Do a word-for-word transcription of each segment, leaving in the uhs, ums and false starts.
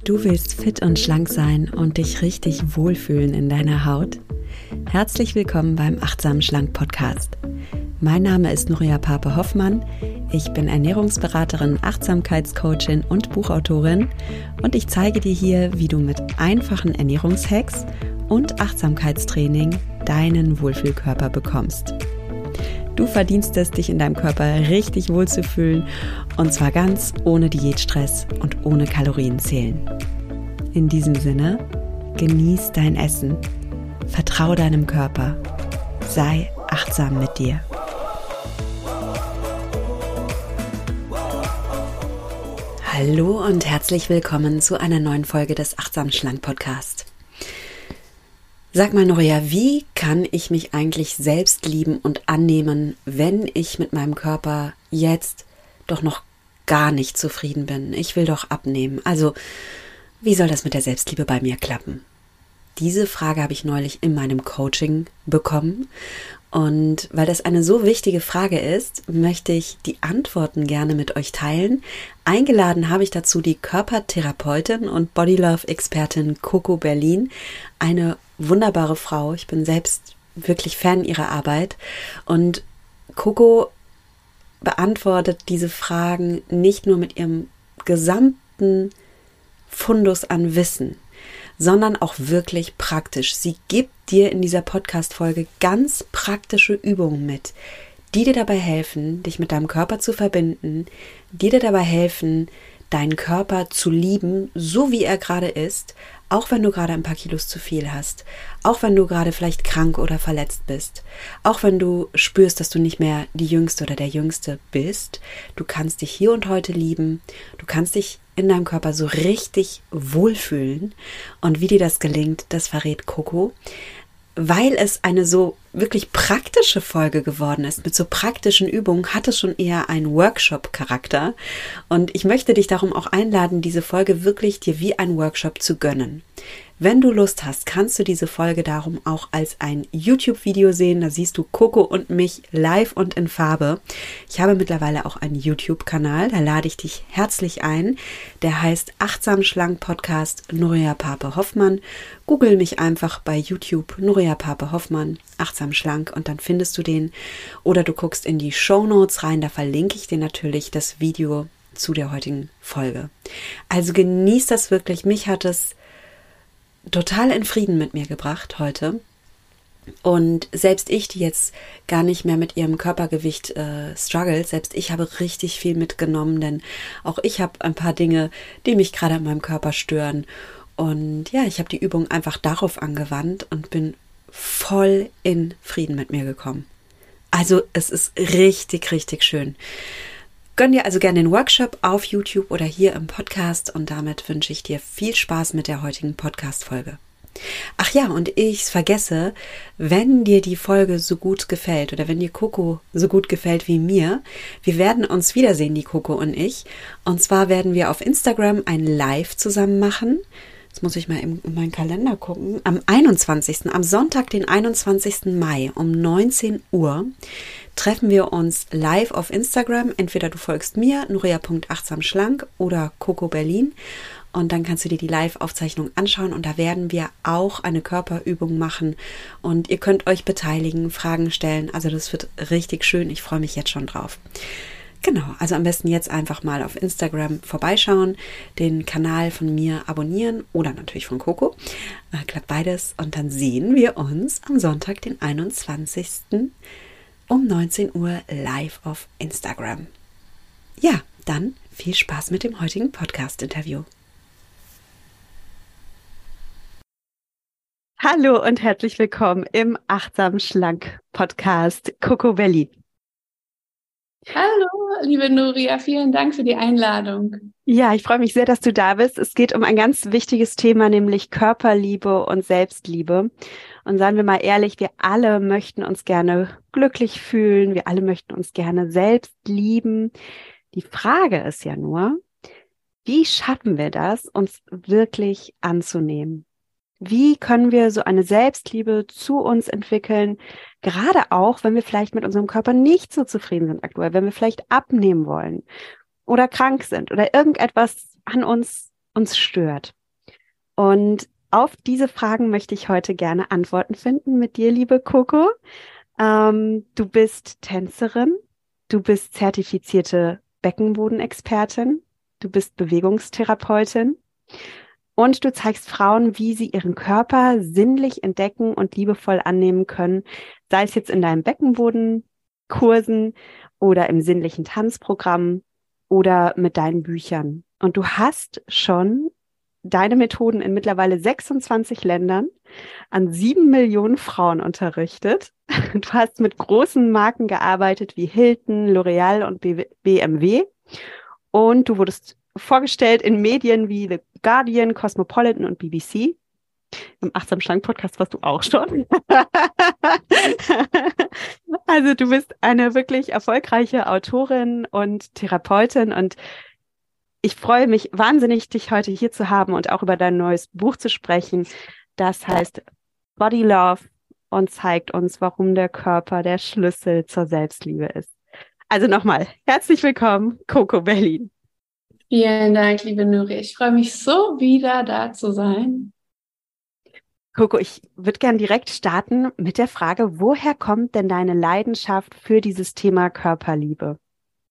Du willst fit und schlank sein und dich richtig wohlfühlen in deiner Haut? Herzlich willkommen beim Achtsam Schlank Podcast. Mein Name ist Nuria Pape-Hoffmann. Ich bin Ernährungsberaterin, Achtsamkeitscoachin und Buchautorin und ich zeige dir hier, wie du mit einfachen Ernährungshacks und Achtsamkeitstraining deinen Wohlfühlkörper bekommst. Du verdienst es, dich in deinem Körper richtig wohlzufühlen und zwar ganz ohne Diätstress und ohne Kalorienzählen. In diesem Sinne, genieß dein Essen, vertrau deinem Körper, sei achtsam mit dir. Hallo und herzlich willkommen zu einer neuen Folge des Achtsam Schlank Podcast. Sag mal, Nuria, wie kann ich mich eigentlich selbst lieben und annehmen, wenn ich mit meinem Körper jetzt doch noch gar nicht zufrieden bin? Ich will doch abnehmen. Also, wie soll das mit der Selbstliebe bei mir klappen? Diese Frage habe ich neulich in meinem Coaching bekommen. Und weil das eine so wichtige Frage ist, möchte ich die Antworten gerne mit euch teilen. Eingeladen habe ich dazu die Körpertherapeutin und Bodylove-Expertin Coco Berlin, eine wunderbare Frau. Ich bin selbst wirklich Fan ihrer Arbeit. Und Coco beantwortet diese Fragen nicht nur mit ihrem gesamten Fundus an Wissen, sondern auch wirklich praktisch. Sie gibt dir in dieser Podcast-Folge ganz praktische Übungen mit, die dir dabei helfen, dich mit deinem Körper zu verbinden, die dir dabei helfen, deinen Körper zu lieben, so wie er gerade ist, auch wenn du gerade ein paar Kilos zu viel hast, auch wenn du gerade vielleicht krank oder verletzt bist, auch wenn du spürst, dass du nicht mehr die Jüngste oder der Jüngste bist. Du kannst dich hier und heute lieben, du kannst dich in deinem Körper so richtig wohlfühlen. Und wie dir das gelingt, das verrät Coco. Weil es eine so wirklich praktische Folge geworden ist, mit so praktischen Übungen, hat es schon eher einen Workshop-Charakter. Und ich möchte dich darum auch einladen, diese Folge wirklich dir wie ein Workshop zu gönnen. Wenn du Lust hast, kannst du diese Folge darum auch als ein YouTube-Video sehen. Da siehst du Coco und mich live und in Farbe. Ich habe mittlerweile auch einen YouTube-Kanal, da lade ich dich herzlich ein. Der heißt Achtsam Schlank Podcast Nuria Pape-Hoffmann. Google mich einfach bei YouTube Nuria Pape-Hoffmann, Achtsam Schlank und dann findest du den. Oder du guckst in die Shownotes rein, da verlinke ich dir natürlich das Video zu der heutigen Folge. Also genieß das wirklich. Mich hat es total in Frieden mit mir gebracht heute. Und selbst ich, die jetzt gar nicht mehr mit ihrem Körpergewicht äh, struggelt, selbst ich habe richtig viel mitgenommen, denn auch ich habe ein paar Dinge, die mich gerade an meinem Körper stören. Und ja, ich habe die Übung einfach darauf angewandt und bin voll in Frieden mit mir gekommen. Also es ist richtig, richtig schön. Gönn dir also gerne den Workshop auf YouTube oder hier im Podcast und damit wünsche ich dir viel Spaß mit der heutigen Podcast-Folge. Ach ja, und ich vergesse, wenn dir die Folge so gut gefällt oder wenn dir Coco so gut gefällt wie mir, wir werden uns wiedersehen, die Coco und ich. Und zwar werden wir auf Instagram ein Live zusammen machen. Jetzt muss ich mal in meinen Kalender gucken. Am einundzwanzigsten, am Sonntag, den einundzwanzigsten Mai um neunzehn Uhr treffen wir uns live auf Instagram. Entweder du folgst mir, nuria punkt achtsamschlank oder Coco Berlin. Und dann kannst du dir die Live-Aufzeichnung anschauen und da werden wir auch eine Körperübung machen und ihr könnt euch beteiligen, Fragen stellen. Also das wird richtig schön. Ich freue mich jetzt schon drauf. Genau, also am besten jetzt einfach mal auf Instagram vorbeischauen, den Kanal von mir abonnieren oder natürlich von Coco. Äh, klappt beides und dann sehen wir uns am Sonntag, den einundzwanzigsten um neunzehn Uhr live auf Instagram. Ja, dann viel Spaß mit dem heutigen Podcast-Interview. Hallo und herzlich willkommen im Achtsam Schlank Podcast Coco Berlin. Hallo, liebe Nuria, vielen Dank für die Einladung. Ja, ich freue mich sehr, dass du da bist. Es geht um ein ganz wichtiges Thema, nämlich Körperliebe und Selbstliebe. Und seien wir mal ehrlich, wir alle möchten uns gerne glücklich fühlen, wir alle möchten uns gerne selbst lieben. Die Frage ist ja nur, wie schaffen wir das, uns wirklich anzunehmen? Wie können wir so eine Selbstliebe zu uns entwickeln, gerade auch, wenn wir vielleicht mit unserem Körper nicht so zufrieden sind aktuell, wenn wir vielleicht abnehmen wollen oder krank sind oder irgendetwas an uns uns stört. Und auf diese Fragen möchte ich heute gerne Antworten finden mit dir, liebe Coco. Ähm, du bist Tänzerin, du bist zertifizierte Beckenbodenexpertin, du bist Bewegungstherapeutin und du zeigst Frauen, wie sie ihren Körper sinnlich entdecken und liebevoll annehmen können, sei es jetzt in deinen Beckenbodenkursen oder im sinnlichen Tanzprogramm oder mit deinen Büchern. Und du hast schon deine Methoden in mittlerweile sechsundzwanzig Ländern an sieben Millionen Frauen unterrichtet. Du hast mit großen Marken gearbeitet wie Hilton, L'Oreal und B M W. Und du wurdest vorgestellt in Medien wie The Guardian, Cosmopolitan und B B C. Im Achtsam Schlank Podcast warst du auch schon. Also du bist eine wirklich erfolgreiche Autorin und Therapeutin und ich freue mich wahnsinnig, dich heute hier zu haben und auch über dein neues Buch zu sprechen. Das heißt Body Love und zeigt uns, warum der Körper der Schlüssel zur Selbstliebe ist. Also nochmal, herzlich willkommen, Coco Berlin. Vielen Dank, liebe Nuri. Ich freue mich so, wieder da zu sein. Coco, ich würde gern direkt starten mit der Frage, woher kommt denn deine Leidenschaft für dieses Thema Körperliebe?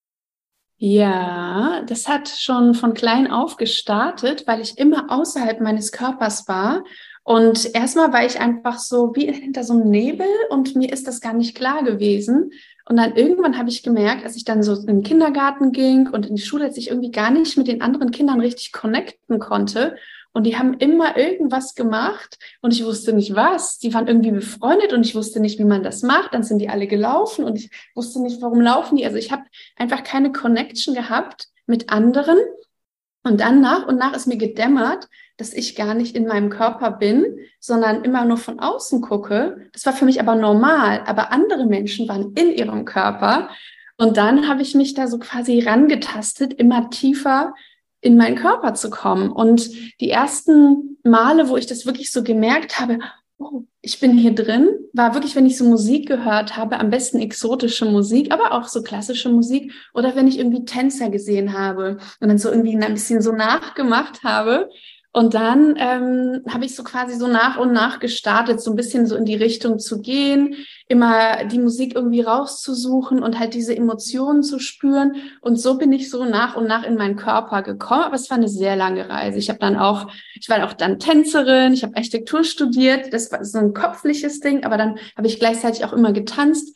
Ja, das hat schon von klein auf gestartet, weil ich immer außerhalb meines Körpers war. Und erstmal war ich einfach so wie hinter so einem Nebel und mir ist das gar nicht klar gewesen. Und dann irgendwann habe ich gemerkt, als ich dann so in den Kindergarten ging und in die Schule, dass ich irgendwie gar nicht mit den anderen Kindern richtig connecten konnte. Und die haben immer irgendwas gemacht und ich wusste nicht was. Die waren irgendwie befreundet und ich wusste nicht, wie man das macht. Dann sind die alle gelaufen und ich wusste nicht, warum laufen die. Also ich habe einfach keine Connection gehabt mit anderen. Und dann nach und nach ist mir gedämmert, dass ich gar nicht in meinem Körper bin, sondern immer nur von außen gucke. Das war für mich aber normal. Aber andere Menschen waren in ihrem Körper. Und dann habe ich mich da so quasi rangetastet, immer tiefer in meinen Körper zu kommen. Und die ersten Male, wo ich das wirklich so gemerkt habe, oh, ich bin hier drin, war wirklich, wenn ich so Musik gehört habe, am besten exotische Musik, aber auch so klassische Musik oder wenn ich irgendwie Tänzer gesehen habe und dann so irgendwie ein bisschen so nachgemacht habe. Und dann ähm, habe ich so quasi so nach und nach gestartet, so ein bisschen so in die Richtung zu gehen, immer die Musik irgendwie rauszusuchen und halt diese Emotionen zu spüren. Und so bin ich so nach und nach in meinen Körper gekommen. Aber es war eine sehr lange Reise. Ich habe dann auch, ich war auch dann Tänzerin, ich habe Architektur studiert. Das war so ein kopfliches Ding, aber dann habe ich gleichzeitig auch immer getanzt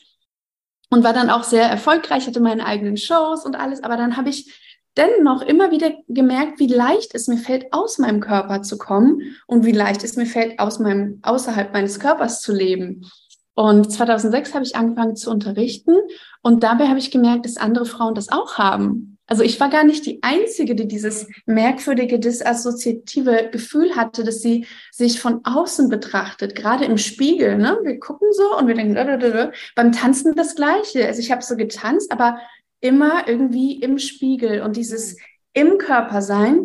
und war dann auch sehr erfolgreich, hatte meine eigenen Shows und alles. Aber dann habe ich dennoch immer wieder gemerkt, wie leicht es mir fällt, aus meinem Körper zu kommen und wie leicht es mir fällt, aus meinem, außerhalb meines Körpers zu leben. Und zweitausendsechs habe ich angefangen zu unterrichten und dabei habe ich gemerkt, dass andere Frauen das auch haben. Also ich war gar nicht die Einzige, die dieses merkwürdige, disassoziative Gefühl hatte, dass sie sich von außen betrachtet, gerade im Spiegel. Ne? Wir gucken so und wir denken, blablabla. Beim Tanzen das Gleiche. Also ich habe so getanzt, aber immer irgendwie im Spiegel und dieses im Körper sein,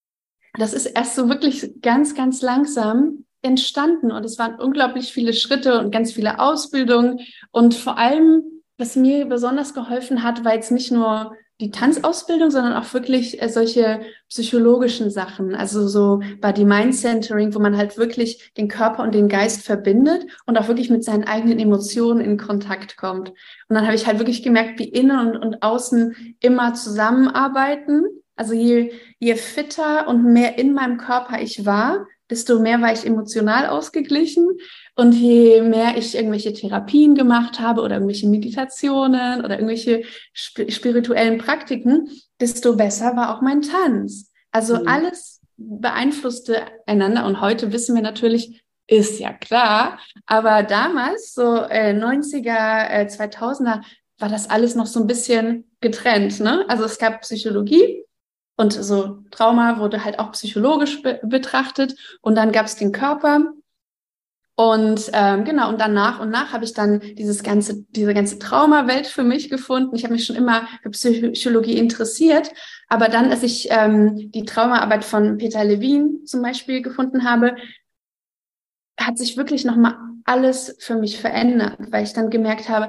das ist erst so wirklich ganz, ganz langsam entstanden und es waren unglaublich viele Schritte und ganz viele Ausbildungen und vor allem, was mir besonders geholfen hat, war jetzt nicht nur die Tanzausbildung, sondern auch wirklich äh, solche psychologischen Sachen, also so Body-Mind-Centering, wo man halt wirklich den Körper und den Geist verbindet und auch wirklich mit seinen eigenen Emotionen in Kontakt kommt. Und dann habe ich halt wirklich gemerkt, wie innen und, und außen immer zusammenarbeiten. Also je, je fitter und mehr in meinem Körper ich war, desto mehr war ich emotional ausgeglichen. Und je mehr ich irgendwelche Therapien gemacht habe oder irgendwelche Meditationen oder irgendwelche sp- spirituellen Praktiken, desto besser war auch mein Tanz. Also mhm. alles beeinflusste einander. Und heute wissen wir natürlich, ist ja klar. Aber damals, so äh, neunziger, äh, zweitausender, war das alles noch so ein bisschen getrennt, ne? Also es gab Psychologie. Und so Trauma wurde halt auch psychologisch be- betrachtet. Und dann gab es den Körper. Und ähm, genau, und dann nach und nach habe ich dann dieses ganze, diese ganze Traumawelt für mich gefunden. Ich habe mich schon immer für Psychologie interessiert. Aber dann, als ich ähm, die Traumaarbeit von Peter Levine zum Beispiel gefunden habe, hat sich wirklich nochmal alles für mich verändert, weil ich dann gemerkt habe,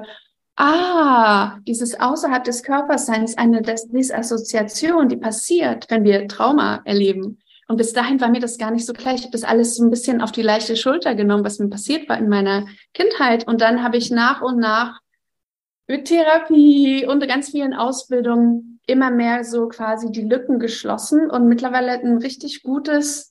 ah, dieses außerhalb des Körpers sein ist eine Dis- Disassoziation, die passiert, wenn wir Trauma erleben. Und bis dahin war mir das gar nicht so klar. Ich habe das alles so ein bisschen auf die leichte Schulter genommen, was mir passiert war in meiner Kindheit. Und dann habe ich nach und nach mit Therapie und ganz vielen Ausbildungen immer mehr so quasi die Lücken geschlossen und mittlerweile ein richtig gutes,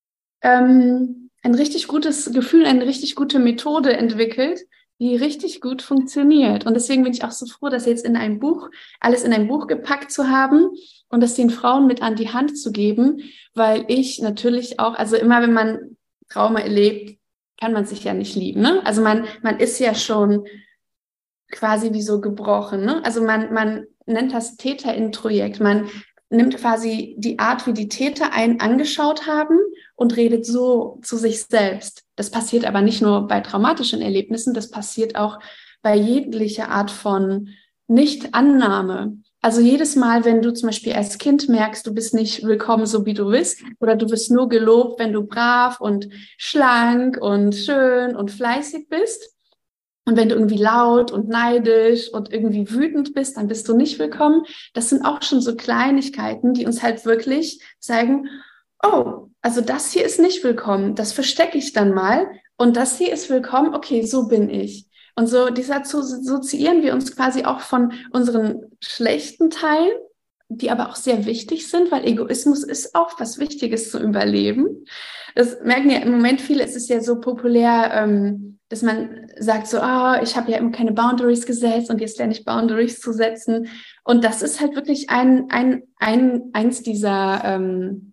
ähm, ein richtig gutes Gefühl, eine richtig gute Methode entwickelt, die richtig gut funktioniert. Und deswegen bin ich auch so froh, das jetzt in einem Buch, alles in ein Buch gepackt zu haben und das den Frauen mit an die Hand zu geben, weil ich natürlich auch, also immer wenn man Trauma erlebt, kann man sich ja nicht lieben, ne? Also man, man ist ja schon quasi wie so gebrochen, ne? Also man, man nennt das Täterintrojekt. Man nimmt quasi die Art, wie die Täter einen angeschaut haben und redet so zu sich selbst. Das passiert aber nicht nur bei traumatischen Erlebnissen, das passiert auch bei jeglicher Art von Nicht-Annahme. Also jedes Mal, wenn du zum Beispiel als Kind merkst, du bist nicht willkommen, so wie du bist, oder du wirst nur gelobt, wenn du brav und schlank und schön und fleißig bist. Und wenn du irgendwie laut und neidisch und irgendwie wütend bist, dann bist du nicht willkommen. Das sind auch schon so Kleinigkeiten, die uns halt wirklich zeigen, oh, also das hier ist nicht willkommen, das verstecke ich dann mal. Und das hier ist willkommen, okay, so bin ich. Und so dissoziieren wir uns quasi auch von unseren schlechten Teilen, die aber auch sehr wichtig sind, weil Egoismus ist auch was Wichtiges zu überleben. Das merken ja im Moment viele, es ist ja so populär, ähm, dass man sagt so, oh, ich habe ja immer keine Boundaries gesetzt und jetzt lerne ich Boundaries zu setzen. Und das ist halt wirklich ein, ein, ein, eins dieser, ähm,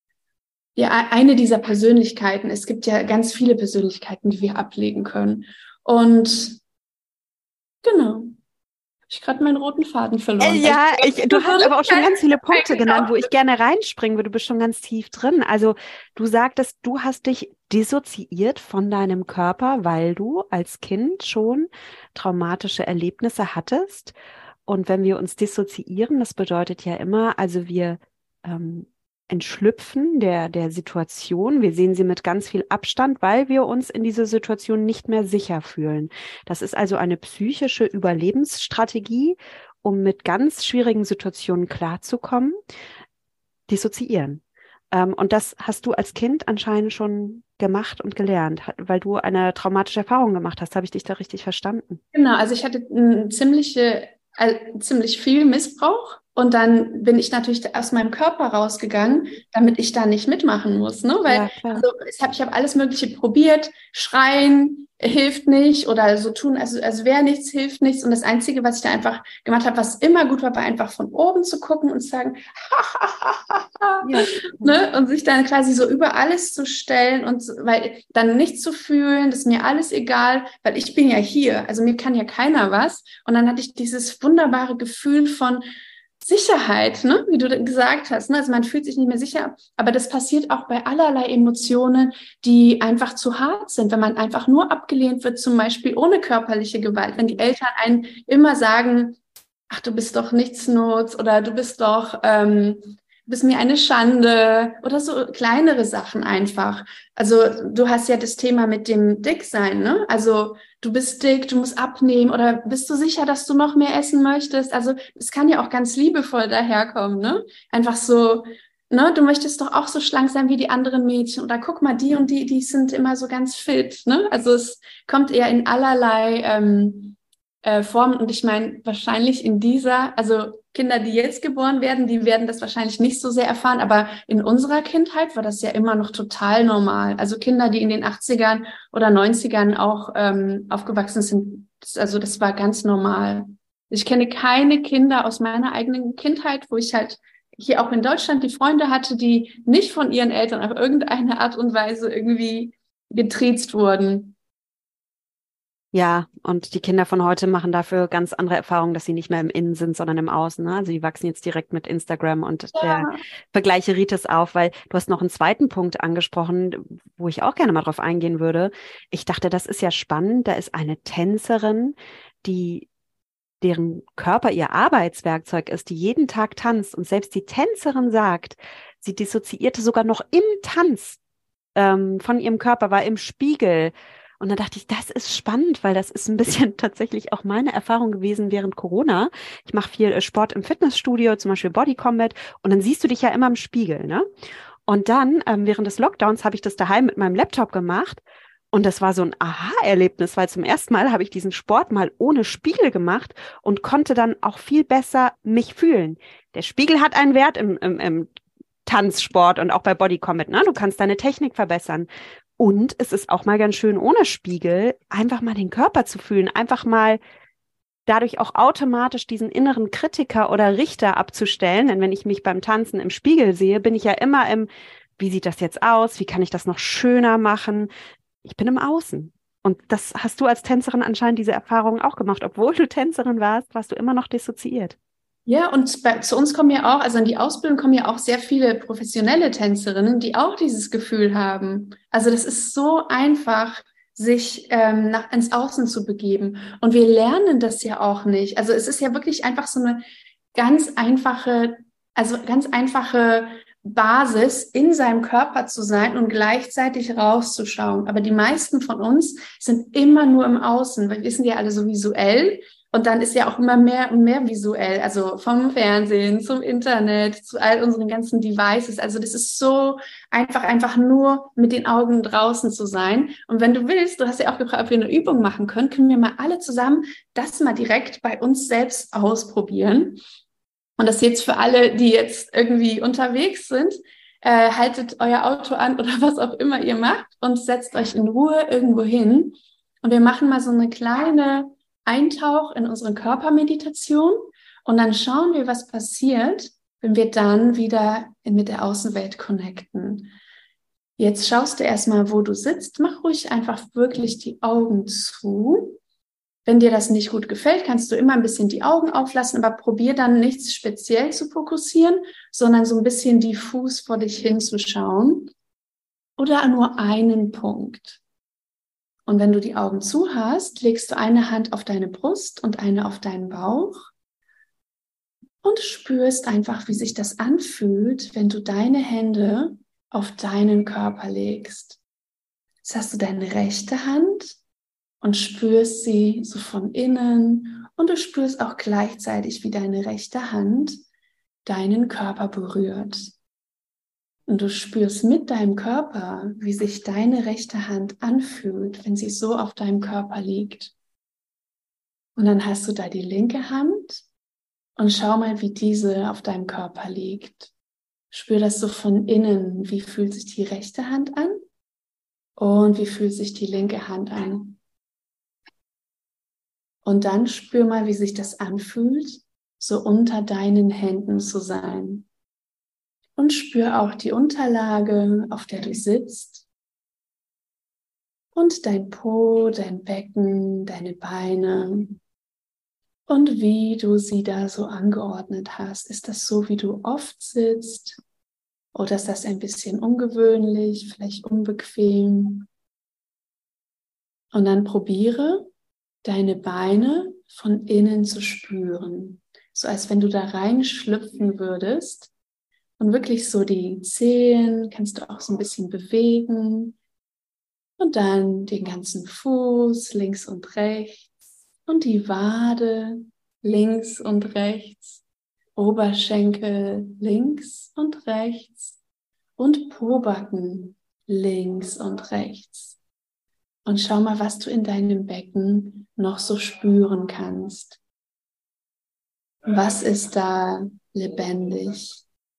ja, eine dieser Persönlichkeiten. Es gibt ja ganz viele Persönlichkeiten, die wir ablegen können. Und genau. Ich habe gerade meinen roten Faden verloren. Ja, ich, du hast aber auch schon ganz viele Punkte genannt, wo ich gerne reinspringen würde. Du bist schon ganz tief drin. Also du sagtest, du hast dich dissoziiert von deinem Körper, weil du als Kind schon traumatische Erlebnisse hattest. Und wenn wir uns dissoziieren, das bedeutet ja immer, also wir ähm, entschlüpfen der, der Situation. Wir sehen sie mit ganz viel Abstand, weil wir uns in dieser Situation nicht mehr sicher fühlen. Das ist also eine psychische Überlebensstrategie, um mit ganz schwierigen Situationen klarzukommen. Dissoziieren. Ähm, und das hast du als Kind anscheinend schon gemacht und gelernt, weil du eine traumatische Erfahrung gemacht hast. Habe ich dich da richtig verstanden? Genau, also ich hatte eine ziemliche, also ziemlich viel Missbrauch. Und dann bin ich natürlich aus meinem Körper rausgegangen, damit ich da nicht mitmachen muss, ne? Weil Ja, klar. also, ich habe ich hab alles Mögliche probiert, schreien hilft nicht oder so tun, also als wäre nichts, hilft nichts. Und das Einzige, was ich da einfach gemacht habe, was immer gut war, war einfach von oben zu gucken und zu sagen, ja. Ne? Und sich dann quasi so über alles zu stellen und weil dann nichts zu fühlen, das ist mir alles egal, weil ich bin ja hier, also mir kann ja keiner was. Und dann hatte ich dieses wunderbare Gefühl von Sicherheit, ne? Wie du gesagt hast, ne? Also man fühlt sich nicht mehr sicher, aber das passiert auch bei allerlei Emotionen, die einfach zu hart sind, wenn man einfach nur abgelehnt wird, zum Beispiel ohne körperliche Gewalt, wenn die Eltern einen immer sagen, ach, du bist doch nichtsnutz oder du bist doch, ähm, du bist mir eine Schande oder so kleinere Sachen einfach. Also du hast ja das Thema mit dem Dicksein, ne? Also du bist dick, du musst abnehmen oder bist du sicher, dass du noch mehr essen möchtest? Also es kann ja auch ganz liebevoll daherkommen, ne? Einfach so, ne? Du möchtest doch auch so schlank sein wie die anderen Mädchen oder guck mal, die und die, die sind immer so ganz fit, ne? Also es kommt eher in allerlei ähm, äh, Formen und ich meine, wahrscheinlich in dieser, also Kinder, die jetzt geboren werden, die werden das wahrscheinlich nicht so sehr erfahren, aber in unserer Kindheit war das ja immer noch total normal. Also Kinder, die in den achtzigern oder neunzigern auch ähm, aufgewachsen sind, das, also das war ganz normal. Ich kenne keine Kinder aus meiner eigenen Kindheit, wo ich halt hier auch in Deutschland die Freunde hatte, die nicht von ihren Eltern auf irgendeine Art und Weise irgendwie getriezt wurden. Ja, und die Kinder von heute machen dafür ganz andere Erfahrungen, dass sie nicht mehr im Innen sind, sondern im Außen. Ne? Also die wachsen jetzt direkt mit Instagram und Ja. der Vergleiche Rites auf, weil du hast noch einen zweiten Punkt angesprochen, wo ich auch gerne mal drauf eingehen würde. Ich dachte, das ist ja spannend. Da ist eine Tänzerin, die deren Körper ihr Arbeitswerkzeug ist, die jeden Tag tanzt. Und selbst die Tänzerin sagt, sie dissoziierte sogar noch im Tanz ähm, von ihrem Körper, war im Spiegel. Und dann dachte ich, das ist spannend, weil das ist ein bisschen tatsächlich auch meine Erfahrung gewesen während Corona. Ich mache viel Sport im Fitnessstudio, zum Beispiel Body Combat, und dann siehst du dich ja immer im Spiegel, ne? Und dann, ähm, während des Lockdowns, habe ich das daheim mit meinem Laptop gemacht. Und das war so ein Aha-Erlebnis, weil zum ersten Mal habe ich diesen Sport mal ohne Spiegel gemacht und konnte dann auch viel besser mich fühlen. Der Spiegel hat einen Wert im, im, im Tanzsport und auch bei Body Combat, ne? Du kannst deine Technik verbessern. Und es ist auch mal ganz schön ohne Spiegel, einfach mal den Körper zu fühlen, einfach mal dadurch auch automatisch diesen inneren Kritiker oder Richter abzustellen. Denn wenn ich mich beim Tanzen im Spiegel sehe, bin ich ja immer im, wie sieht das jetzt aus? Wie kann ich das noch schöner machen? Ich bin im Außen. Und das hast du als Tänzerin anscheinend diese Erfahrung auch gemacht. Obwohl du Tänzerin warst, warst du immer noch dissoziiert. Ja, und bei, zu uns kommen ja auch, also in die Ausbildung kommen ja auch sehr viele professionelle Tänzerinnen, die auch dieses Gefühl haben. Also das ist so einfach, sich ähm, nach, ins Außen zu begeben. Und wir lernen das ja auch nicht. Also es ist ja wirklich einfach so eine ganz einfache, also ganz einfache Basis, in seinem Körper zu sein und gleichzeitig rauszuschauen. Aber die meisten von uns sind immer nur im Außen, weil wir sind ja alle so visuell. Und dann ist ja auch immer mehr und mehr visuell, also vom Fernsehen zum Internet, zu all unseren ganzen Devices. Also das ist so einfach, einfach nur mit den Augen draußen zu sein. Und wenn du willst, du hast ja auch gefragt, ob wir eine Übung machen können, können wir mal alle zusammen das mal direkt bei uns selbst ausprobieren. Und das jetzt für alle, die jetzt irgendwie unterwegs sind, äh, haltet euer Auto an oder was auch immer ihr macht und setzt euch in Ruhe irgendwo hin. Und wir machen mal so eine kleine Eintauch in unsere Körpermeditation und dann schauen wir, was passiert, wenn wir dann wieder mit der Außenwelt connecten. Jetzt schaust du erstmal, wo du sitzt. Mach ruhig einfach wirklich die Augen zu. Wenn dir das nicht gut gefällt, kannst du immer ein bisschen die Augen auflassen, aber probier dann nichts speziell zu fokussieren, sondern so ein bisschen diffus vor dich hinzuschauen oder nur einen Punkt. Und wenn du die Augen zu hast, legst du eine Hand auf deine Brust und eine auf deinen Bauch und spürst einfach, wie sich das anfühlt, wenn du deine Hände auf deinen Körper legst. Jetzt hast du deine rechte Hand und spürst sie so von innen und du spürst auch gleichzeitig, wie deine rechte Hand deinen Körper berührt. Und du spürst mit deinem Körper, wie sich deine rechte Hand anfühlt, wenn sie so auf deinem Körper liegt. Und dann hast du da die linke Hand und schau mal, wie diese auf deinem Körper liegt. Spür das so von innen. Wie fühlt sich die rechte Hand an? Und wie fühlt sich die linke Hand an? Und dann spür mal, wie sich das anfühlt, so unter deinen Händen zu sein. Und spür auch die Unterlage, auf der du sitzt. Und dein Po, dein Becken, deine Beine. Und wie du sie da so angeordnet hast. Ist das so, wie du oft sitzt? Oder ist das ein bisschen ungewöhnlich, vielleicht unbequem? Und dann probiere, deine Beine von innen zu spüren. So als wenn du da reinschlüpfen würdest. Und wirklich so die Zehen kannst du auch so ein bisschen bewegen. Und dann den ganzen Fuß links und rechts. Und die Wade links und rechts. Oberschenkel links und rechts. Und Pobacken links und rechts. Und schau mal, was du in deinem Becken noch so spüren kannst. Was ist da lebendig?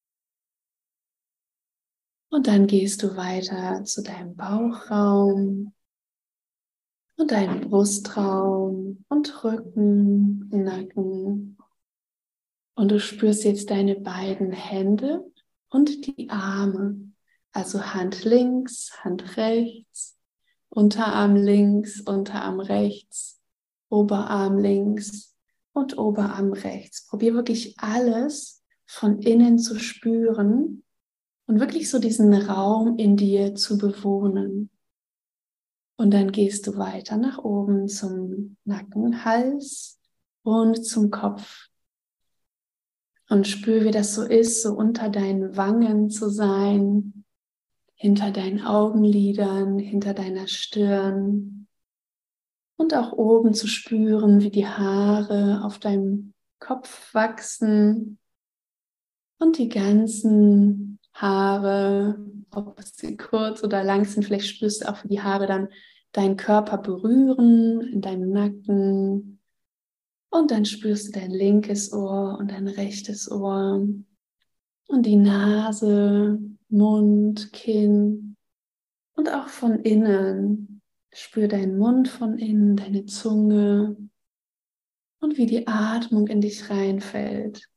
Und dann gehst du weiter zu deinem Bauchraum und deinem Brustraum und Rücken, Nacken. Und du spürst jetzt deine beiden Hände und die Arme. Also Hand links, Hand rechts, Unterarm links, Unterarm rechts, Oberarm links und Oberarm rechts. Probier wirklich alles von innen zu spüren. Und wirklich so diesen Raum in dir zu bewohnen. Und dann gehst du weiter nach oben zum Nacken, Hals und zum Kopf. Und spür, wie das so ist, so unter deinen Wangen zu sein, hinter deinen Augenlidern, hinter deiner Stirn. Und auch oben zu spüren, wie die Haare auf deinem Kopf wachsen und die ganzen Haare, ob sie kurz oder lang sind. Vielleicht spürst du auch, wie die Haare dann deinen Körper berühren, in deinem Nacken. Und dann spürst du dein linkes Ohr und dein rechtes Ohr. Und die Nase, Mund, Kinn. Und auch von innen. Spür deinen Mund von innen, deine Zunge. Und wie die Atmung in dich reinfällt.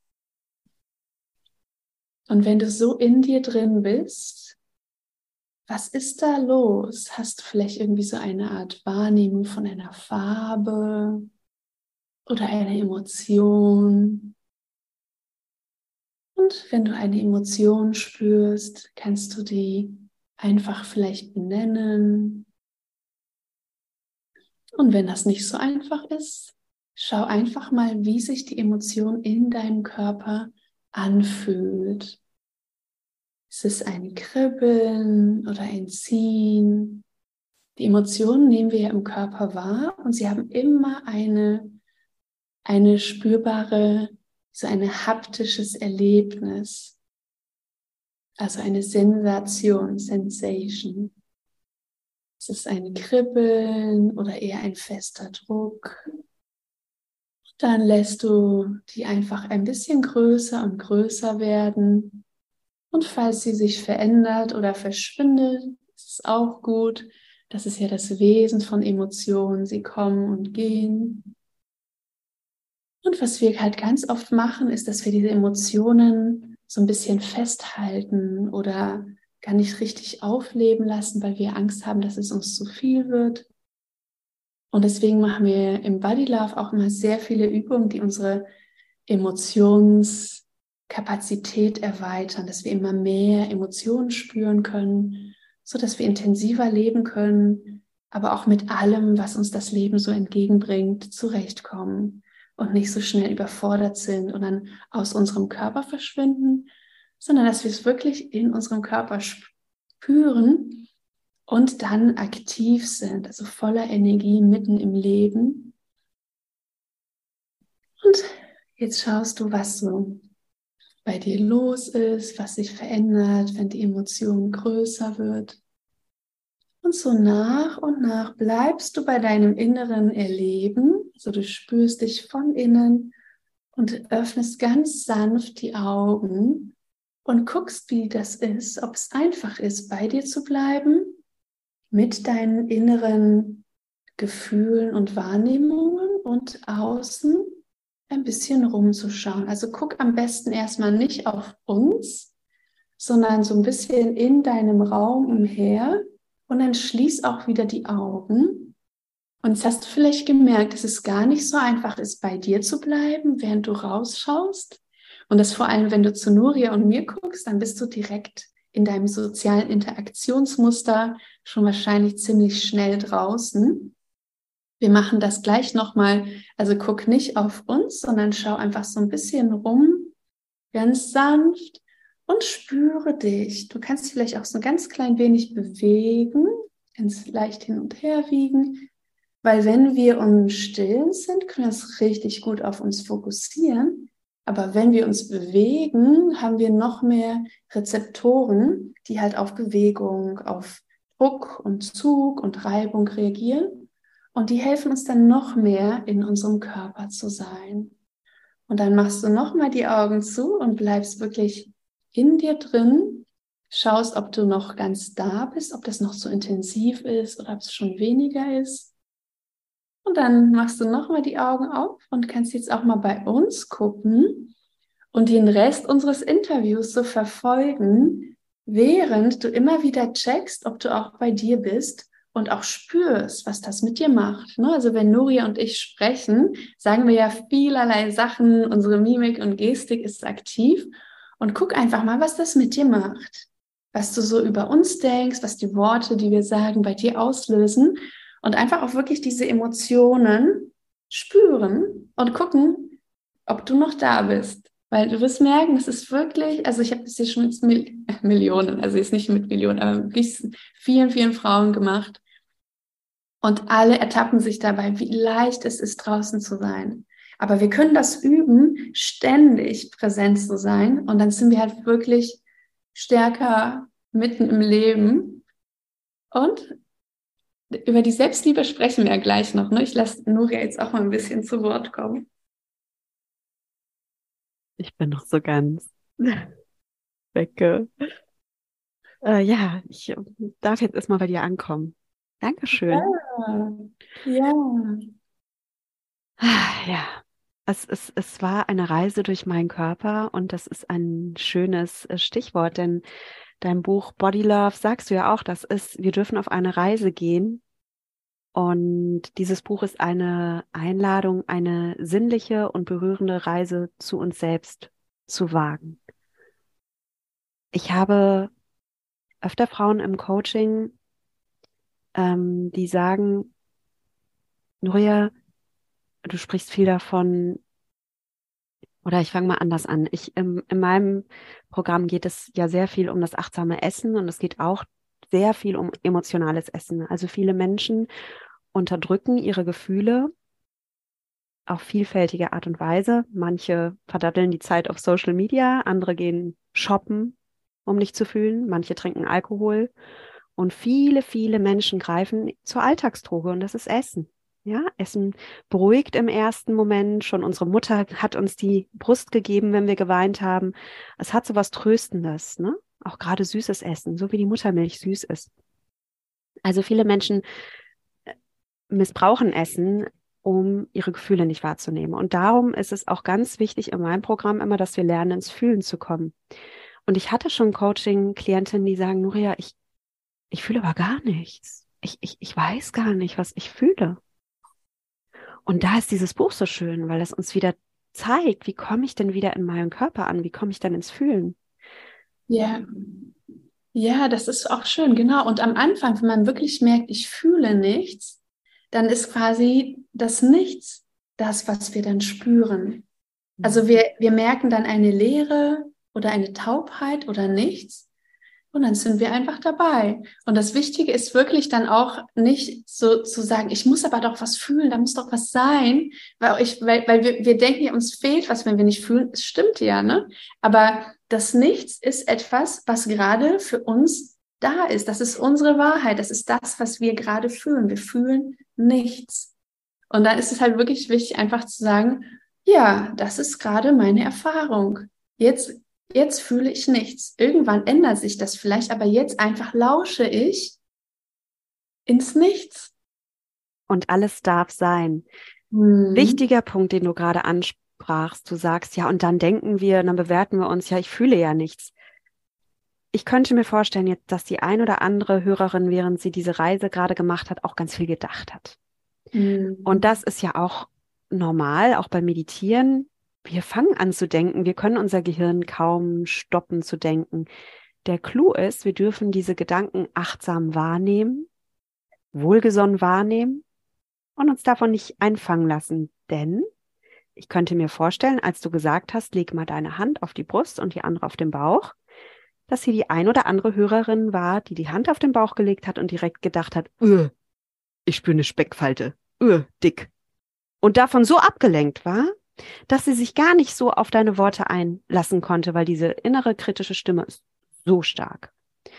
Und wenn du so in dir drin bist, was ist da los? Hast du vielleicht irgendwie so eine Art Wahrnehmung von einer Farbe oder einer Emotion? Und wenn du eine Emotion spürst, kannst du die einfach vielleicht benennen. Und wenn das nicht so einfach ist, schau einfach mal, wie sich die Emotion in deinem Körper anfühlt. Ist es ein Kribbeln oder ein Ziehen? Die Emotionen nehmen wir ja im Körper wahr und sie haben immer eine, eine spürbare, so ein haptisches Erlebnis. Also eine Sensation, Sensation. Ist es ein Kribbeln oder eher ein fester Druck? Dann lässt du die einfach ein bisschen größer und größer werden. Und falls sie sich verändert oder verschwindet, ist es auch gut. Das ist ja das Wesen von Emotionen. Sie kommen und gehen. Und was wir halt ganz oft machen, ist, dass wir diese Emotionen so ein bisschen festhalten oder gar nicht richtig aufleben lassen, weil wir Angst haben, dass es uns zu viel wird. Und deswegen machen wir im Body Love auch immer sehr viele Übungen, die unsere Emotionskapazität erweitern, dass wir immer mehr Emotionen spüren können, so dass wir intensiver leben können, aber auch mit allem, was uns das Leben so entgegenbringt, zurechtkommen und nicht so schnell überfordert sind und dann aus unserem Körper verschwinden, sondern dass wir es wirklich in unserem Körper spüren und dann aktiv sind, also voller Energie mitten im Leben. Und jetzt schaust du, was so bei dir los ist, was sich verändert, wenn die Emotion größer wird. Und so nach und nach bleibst du bei deinem inneren Erleben. Also du spürst dich von innen und öffnest ganz sanft die Augen und guckst, wie das ist, ob es einfach ist, bei dir zu bleiben, mit deinen inneren Gefühlen und Wahrnehmungen und außen ein bisschen rumzuschauen. Also guck am besten erstmal nicht auf uns, sondern so ein bisschen in deinem Raum umher und dann schließ auch wieder die Augen. Und jetzt hast du vielleicht gemerkt, dass es gar nicht so einfach ist, bei dir zu bleiben, während du rausschaust. Und das vor allem, wenn du zu Nuria und mir guckst, dann bist du direkt in deinem sozialen Interaktionsmuster schon wahrscheinlich ziemlich schnell draußen. Wir machen das gleich nochmal, also guck nicht auf uns, sondern schau einfach so ein bisschen rum, ganz sanft und spüre dich. Du kannst vielleicht auch so ein ganz klein wenig bewegen, ganz leicht hin und her wiegen, weil wenn wir uns still sind, können wir uns richtig gut auf uns fokussieren. Aber wenn wir uns bewegen, haben wir noch mehr Rezeptoren, die halt auf Bewegung, auf Druck und Zug und Reibung reagieren. Und die helfen uns dann noch mehr in unserem Körper zu sein. Und dann machst du nochmal die Augen zu und bleibst wirklich in dir drin. Schaust, ob du noch ganz da bist, ob das noch so intensiv ist oder ob es schon weniger ist. Und dann machst du nochmal die Augen auf und kannst jetzt auch mal bei uns gucken und den Rest unseres Interviews so verfolgen, während du immer wieder checkst, ob du auch bei dir bist und auch spürst, was das mit dir macht. Also wenn Nuria und ich sprechen, sagen wir ja vielerlei Sachen, unsere Mimik und Gestik ist aktiv und guck einfach mal, was das mit dir macht. Was du so über uns denkst, was die Worte, die wir sagen, bei dir auslösen und einfach auch wirklich diese Emotionen spüren und gucken, ob du noch da bist. Weil du wirst merken, es ist wirklich, also ich habe das hier schon mit Mil- Millionen, also jetzt nicht mit Millionen, aber wirklich vielen, vielen Frauen gemacht. Und alle ertappen sich dabei, wie leicht es ist, draußen zu sein. Aber wir können das üben, ständig präsent zu sein. Und dann sind wir halt wirklich stärker mitten im Leben. Und über die Selbstliebe sprechen wir ja gleich noch. Ne? Ich lasse Nuria jetzt auch mal ein bisschen zu Wort kommen. Ich bin noch so ganz wecke. Äh, ja, ich darf jetzt erstmal bei dir ankommen. Dankeschön. Ja, ja. Ja, es, es, es war eine Reise durch meinen Körper und das ist ein schönes äh, Stichwort, denn dein Buch Body Love sagst du ja auch, das ist, wir dürfen auf eine Reise gehen und dieses Buch ist eine Einladung, eine sinnliche und berührende Reise zu uns selbst zu wagen. Ich habe öfter Frauen im Coaching, ähm, die sagen, Nuria, du sprichst viel davon, oder ich fange mal anders an. Ich, im, in meinem Programm geht es ja sehr viel um das achtsame Essen und es geht auch sehr viel um emotionales Essen. Also viele Menschen unterdrücken ihre Gefühle auf vielfältige Art und Weise. Manche verdatteln die Zeit auf Social Media, andere gehen shoppen, um nicht zu fühlen. Manche trinken Alkohol und viele, viele Menschen greifen zur Alltagsdroge und das ist Essen. Ja, Essen beruhigt im ersten Moment. Schon unsere Mutter hat uns die Brust gegeben, wenn wir geweint haben. Es hat so was Tröstendes, ne? Auch gerade süßes Essen, so wie die Muttermilch süß ist. Also viele Menschen missbrauchen Essen, um ihre Gefühle nicht wahrzunehmen. Und darum ist es auch ganz wichtig in meinem Programm immer, dass wir lernen, ins Fühlen zu kommen. Und ich hatte schon Coaching-Klientinnen, die sagen, Nuria, ich, ich fühle aber gar nichts. Ich, ich, ich weiß gar nicht, was ich fühle. Und da ist dieses Buch so schön, weil es uns wieder zeigt, wie komme ich denn wieder in meinen Körper an? Wie komme ich dann ins Fühlen? ja. Ja, das ist auch schön, genau. Und am Anfang, wenn man wirklich merkt, ich fühle nichts, dann ist quasi das Nichts das, was wir dann spüren. Also wir, wir merken dann eine Leere oder eine Taubheit oder nichts. Und dann sind wir einfach dabei. Und das Wichtige ist wirklich dann auch nicht so zu sagen, ich muss aber doch was fühlen, da muss doch was sein, weil, ich, weil, weil wir, wir denken ja, uns fehlt was, wenn wir nicht fühlen. Es stimmt ja, ne? Aber das Nichts ist etwas, was gerade für uns da ist. Das ist unsere Wahrheit. Das ist das, was wir gerade fühlen. Wir fühlen nichts. Und dann ist es halt wirklich wichtig, einfach zu sagen, ja, das ist gerade meine Erfahrung. Jetzt Jetzt fühle ich nichts. Irgendwann ändert sich das vielleicht, aber jetzt einfach lausche ich ins Nichts. Und alles darf sein. Hm. Wichtiger Punkt, den du gerade ansprachst. Du sagst, ja, und dann denken wir, und dann bewerten wir uns, ja, ich fühle ja nichts. Ich könnte mir vorstellen jetzt, dass die ein oder andere Hörerin, während sie diese Reise gerade gemacht hat, auch ganz viel gedacht hat. Hm. Und das ist ja auch normal, auch beim Meditieren. Wir fangen an zu denken, wir können unser Gehirn kaum stoppen zu denken. Der Clou ist, wir dürfen diese Gedanken achtsam wahrnehmen, wohlgesonnen wahrnehmen und uns davon nicht einfangen lassen. Denn ich könnte mir vorstellen, als du gesagt hast, leg mal deine Hand auf die Brust und die andere auf den Bauch, dass hier die ein oder andere Hörerin war, die die Hand auf den Bauch gelegt hat und direkt gedacht hat, öh, ich spüre eine Speckfalte, öh, dick. Und davon so abgelenkt war, dass sie sich gar nicht so auf deine Worte einlassen konnte, weil diese innere kritische Stimme ist so stark.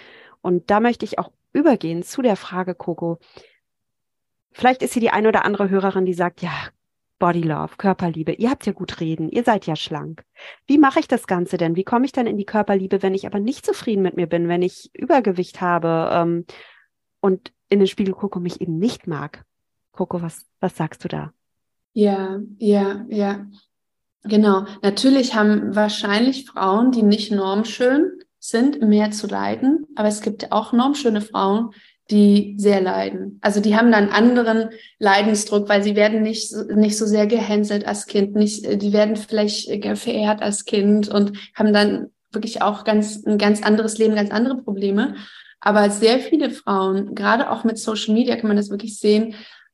Und da möchte ich auch übergehen zu der Frage, Coco. Vielleicht ist hier die eine oder andere Hörerin, die sagt, ja, Body Love, Körperliebe, ihr habt ja gut reden, ihr seid ja schlank. Wie mache ich das Ganze denn? Wie komme ich dann in die Körperliebe, wenn ich aber nicht zufrieden mit mir bin, wenn ich Übergewicht habe ähm, und in den Spiegel gucke und mich eben nicht mag? Coco, was, was sagst du da? Ja, ja, ja. Genau. Natürlich haben wahrscheinlich Frauen, die nicht normschön sind, mehr zu leiden. Aber es gibt auch normschöne Frauen, die sehr leiden. Also die haben dann anderen Leidensdruck, weil sie werden nicht, so- nicht so sehr gehänselt als Kind, nicht, die werden vielleicht äh, verehrt als Kind und haben dann wirklich auch ganz, ein ganz anderes Leben, ganz andere Probleme. Aber sehr viele Frauen, gerade auch mit Social Media kann man das wirklich sehen,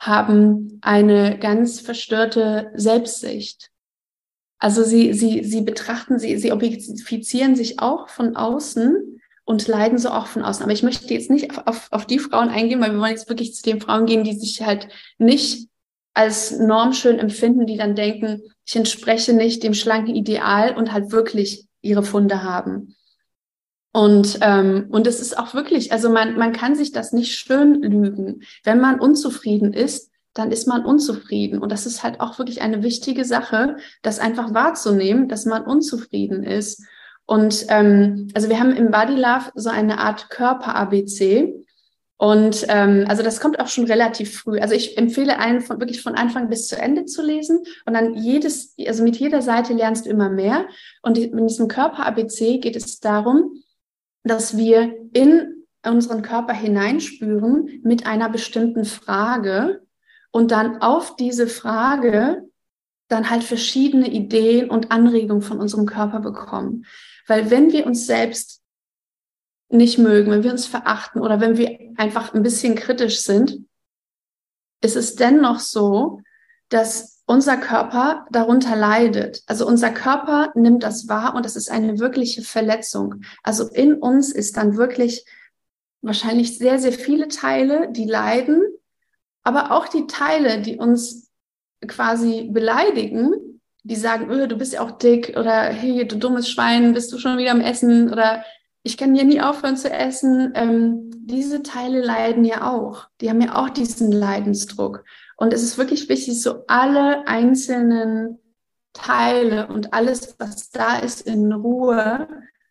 haben eine ganz verstörte Selbstsicht. Also sie, sie, sie betrachten, sie, sie objektifizieren sich auch von außen und leiden so auch von außen. Aber ich möchte jetzt nicht auf, auf, auf die Frauen eingehen, weil wir wollen jetzt wirklich zu den Frauen gehen, die sich halt nicht als normschön empfinden, die dann denken, ich entspreche nicht dem schlanken Ideal und halt wirklich ihre Funde haben. Und, ähm, und es ist auch wirklich, also man, man kann sich das nicht schön lügen. Wenn man unzufrieden ist, dann ist man unzufrieden. Und das ist halt auch wirklich eine wichtige Sache, das einfach wahrzunehmen, dass man unzufrieden ist. Und ähm, also wir haben im Body Love so eine Art Körper-A B C. Und ähm, also das kommt auch schon relativ früh. Also ich empfehle einen von, wirklich von Anfang bis zu Ende zu lesen. Und dann jedes, also mit jeder Seite lernst du immer mehr. Und in diesem Körper-A B C geht es darum, dass wir in unseren Körper hineinspüren mit einer bestimmten Frage und dann auf diese Frage dann halt verschiedene Ideen und Anregungen von unserem Körper bekommen. Weil wenn wir uns selbst nicht mögen, wenn wir uns verachten oder wenn wir einfach ein bisschen kritisch sind, ist es dennoch so, dass unser Körper darunter leidet. Also unser Körper nimmt das wahr und das ist eine wirkliche Verletzung. Also in uns ist dann wirklich wahrscheinlich sehr, sehr viele Teile, die leiden, aber auch die Teile, die uns quasi beleidigen, die sagen, öh, du bist ja auch dick oder hey, du dummes Schwein, bist du schon wieder am Essen oder ich kann ja nie aufhören zu essen. Ähm, diese Teile leiden ja auch. Die haben ja auch diesen Leidensdruck. Und es ist wirklich wichtig, so alle einzelnen Teile und alles, was da ist, in Ruhe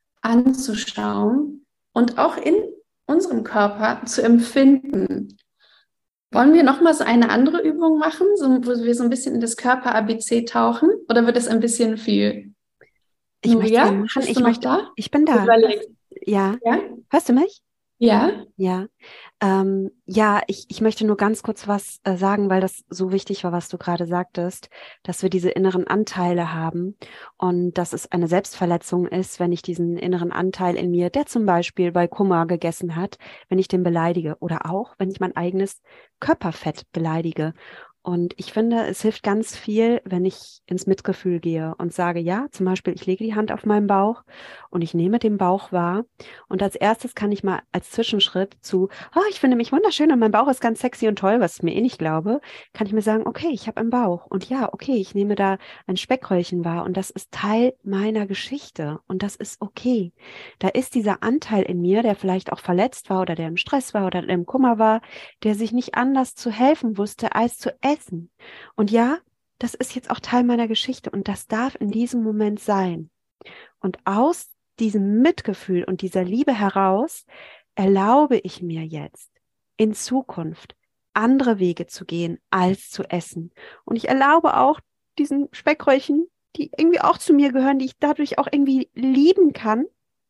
anzuschauen und auch in unserem Körper zu empfinden. Wollen wir nochmal so eine andere Übung machen, so, wo wir so ein bisschen in das Körper-A B C tauchen? Oder wird das ein bisschen viel? Ich möchte Nuria, gerne machen. bist Ich du noch möchte, da? ich bin da. Überleg. Ja. Ja? Hörst du mich? Ja? Ja. Ähm, ja, ich, ich möchte nur ganz kurz was äh, sagen, weil das so wichtig war, was du gerade sagtest, dass wir diese inneren Anteile haben und dass es eine Selbstverletzung ist, wenn ich diesen inneren Anteil in mir, der zum Beispiel bei Kummer gegessen hat, wenn ich den beleidige oder auch, wenn ich mein eigenes Körperfett beleidige. Und ich finde, es hilft ganz viel, wenn ich ins Mitgefühl gehe und sage, ja, zum Beispiel, ich lege die Hand auf meinen Bauch und ich nehme den Bauch wahr. Und als erstes kann ich mal als Zwischenschritt zu, oh, ich finde mich wunderschön und mein Bauch ist ganz sexy und toll, was ich mir eh nicht glaube, kann ich mir sagen, okay, ich habe einen Bauch. Und ja, okay, ich nehme da ein Speckröllchen wahr und das ist Teil meiner Geschichte und das ist okay. Da ist dieser Anteil in mir, der vielleicht auch verletzt war oder der im Stress war oder der im Kummer war, der sich nicht anders zu helfen wusste, als zu essen. Und ja, das ist jetzt auch Teil meiner Geschichte und das darf in diesem Moment sein. Und aus diesem Mitgefühl und dieser Liebe heraus erlaube ich mir jetzt in Zukunft andere Wege zu gehen, als zu essen. Und ich erlaube auch diesen Speckröllchen, die irgendwie auch zu mir gehören, die ich dadurch auch irgendwie lieben kann.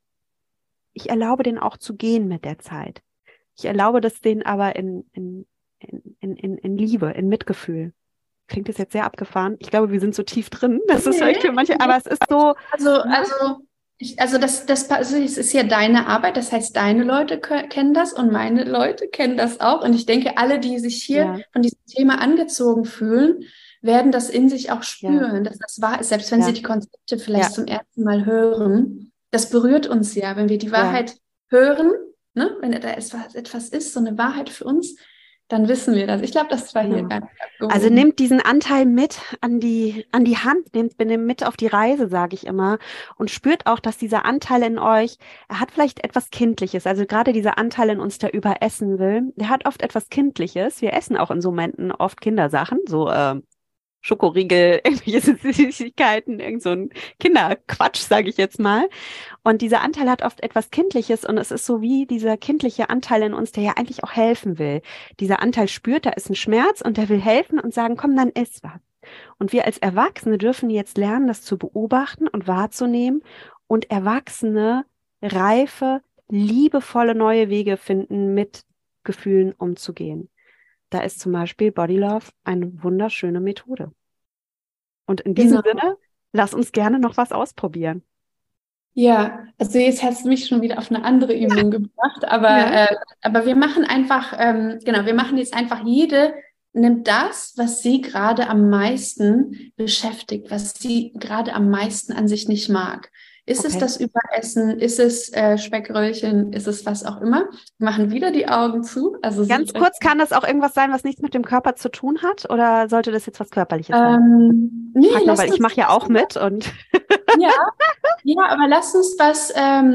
Ich erlaube denen auch zu gehen mit der Zeit. Ich erlaube das denen aber in, in In, in, in Liebe, in Mitgefühl. Klingt das jetzt sehr abgefahren? Ich glaube, wir sind so tief drin. Das ist vielleicht für manche, aber es ist so. Also, also, ich, also das, das, also es ist ja deine Arbeit, das heißt, deine Leute kennen das und meine Leute kennen das auch. Und ich denke, alle, die sich hier Ja. von diesem Thema angezogen fühlen, werden das in sich auch spüren, Ja. dass das wahr ist, selbst wenn Ja. sie die Konzepte vielleicht Ja. zum ersten Mal hören. Das berührt uns ja, wenn wir die Wahrheit Ja. hören, ne? Wenn da etwas, etwas ist, so eine Wahrheit für uns, dann wissen wir das. Ich glaube, das war Genau. hier gar nicht abgehoben. Also nehmt diesen Anteil mit an die, an die Hand, nehmt nehmt mit auf die Reise, sage ich immer, und spürt auch, dass dieser Anteil in euch, er hat vielleicht etwas Kindliches. Also gerade dieser Anteil in uns, der überessen will, der hat oft etwas Kindliches. Wir essen auch in so Momenten oft Kindersachen, so äh, Schokoriegel, irgendwelche Süßigkeiten, irgend so ein Kinderquatsch, sage ich jetzt mal. Und dieser Anteil hat oft etwas Kindliches und es ist so wie dieser kindliche Anteil in uns, der ja eigentlich auch helfen will. Dieser Anteil spürt, da ist ein Schmerz und der will helfen und sagen, komm, dann iss was. Und wir als Erwachsene dürfen jetzt lernen, das zu beobachten und wahrzunehmen und erwachsene, reife, liebevolle neue Wege finden, mit Gefühlen umzugehen. Da ist zum Beispiel Body Love eine wunderschöne Methode. Und in diesem Genau. Sinne, lass uns gerne noch was ausprobieren. Ja, also jetzt hast du mich schon wieder auf eine andere Übung gebracht, aber, Ja. äh, aber wir machen einfach, ähm, genau, wir machen jetzt einfach jede, nimmt das, was sie gerade am meisten beschäftigt, was sie gerade am meisten an sich nicht mag. Ist es Okay. das Überessen? Ist es äh, Speckröllchen? Ist es was auch immer? Wir machen wieder die Augen zu. Also Ganz sucht euch- kurz, kann das auch irgendwas sein, was nichts mit dem Körper zu tun hat? Oder sollte das jetzt was Körperliches sein? Ähm, nee, Ich frag nur, lasst weil ich uns- mache ja auch mit und Ja, ja, aber lass uns was, ähm,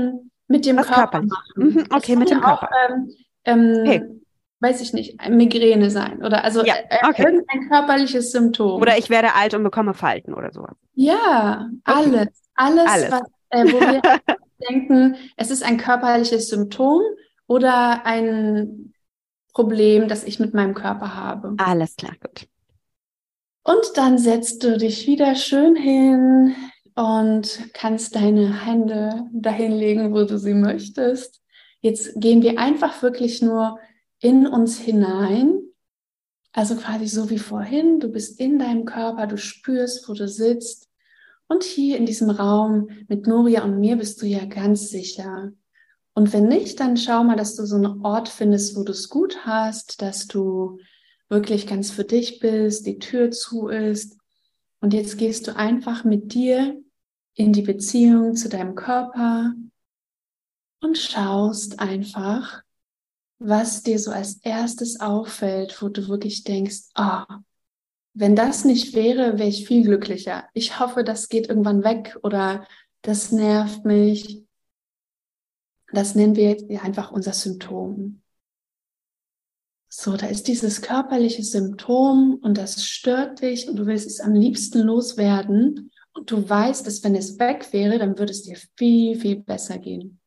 Mit dem Was Körper körperlich. machen. Mhm, Das okay, kann mit dem ja auch, Körper. ähm, ähm, Okay. weiß ich nicht, Migräne sein oder also Ja, äh, okay. irgendein körperliches Oder Symptom. ich werde alt und bekomme Falten oder sowas. Ja, Okay, alles. Alles, alles. was, äh, wo wir denken, es ist ein körperliches Symptom oder ein Problem, das ich mit meinem Körper habe. Alles klar, gut. Und dann setzt du dich wieder schön hin und kannst deine Hände dahin legen, wo du sie möchtest. Jetzt gehen wir einfach wirklich nur in uns hinein. Also quasi so wie vorhin, du bist in deinem Körper, du spürst, wo du sitzt. Und hier in diesem Raum mit Nuria und mir bist du ja ganz sicher. Und wenn nicht, dann schau mal, dass du so einen Ort findest, wo du es gut hast, dass du wirklich ganz für dich bist, die Tür zu ist. Und jetzt gehst du einfach mit dir in die Beziehung zu deinem Körper und schaust einfach, was dir so als erstes auffällt, wo du wirklich denkst, ah, oh, wenn das nicht wäre, wäre ich viel glücklicher. Ich hoffe, das geht irgendwann weg oder das nervt mich. Das nennen wir jetzt einfach unser Symptom. So, da ist dieses körperliche Symptom und das stört dich und du willst es am liebsten loswerden und du weißt, dass wenn es weg wäre, dann würde es dir viel, viel besser gehen.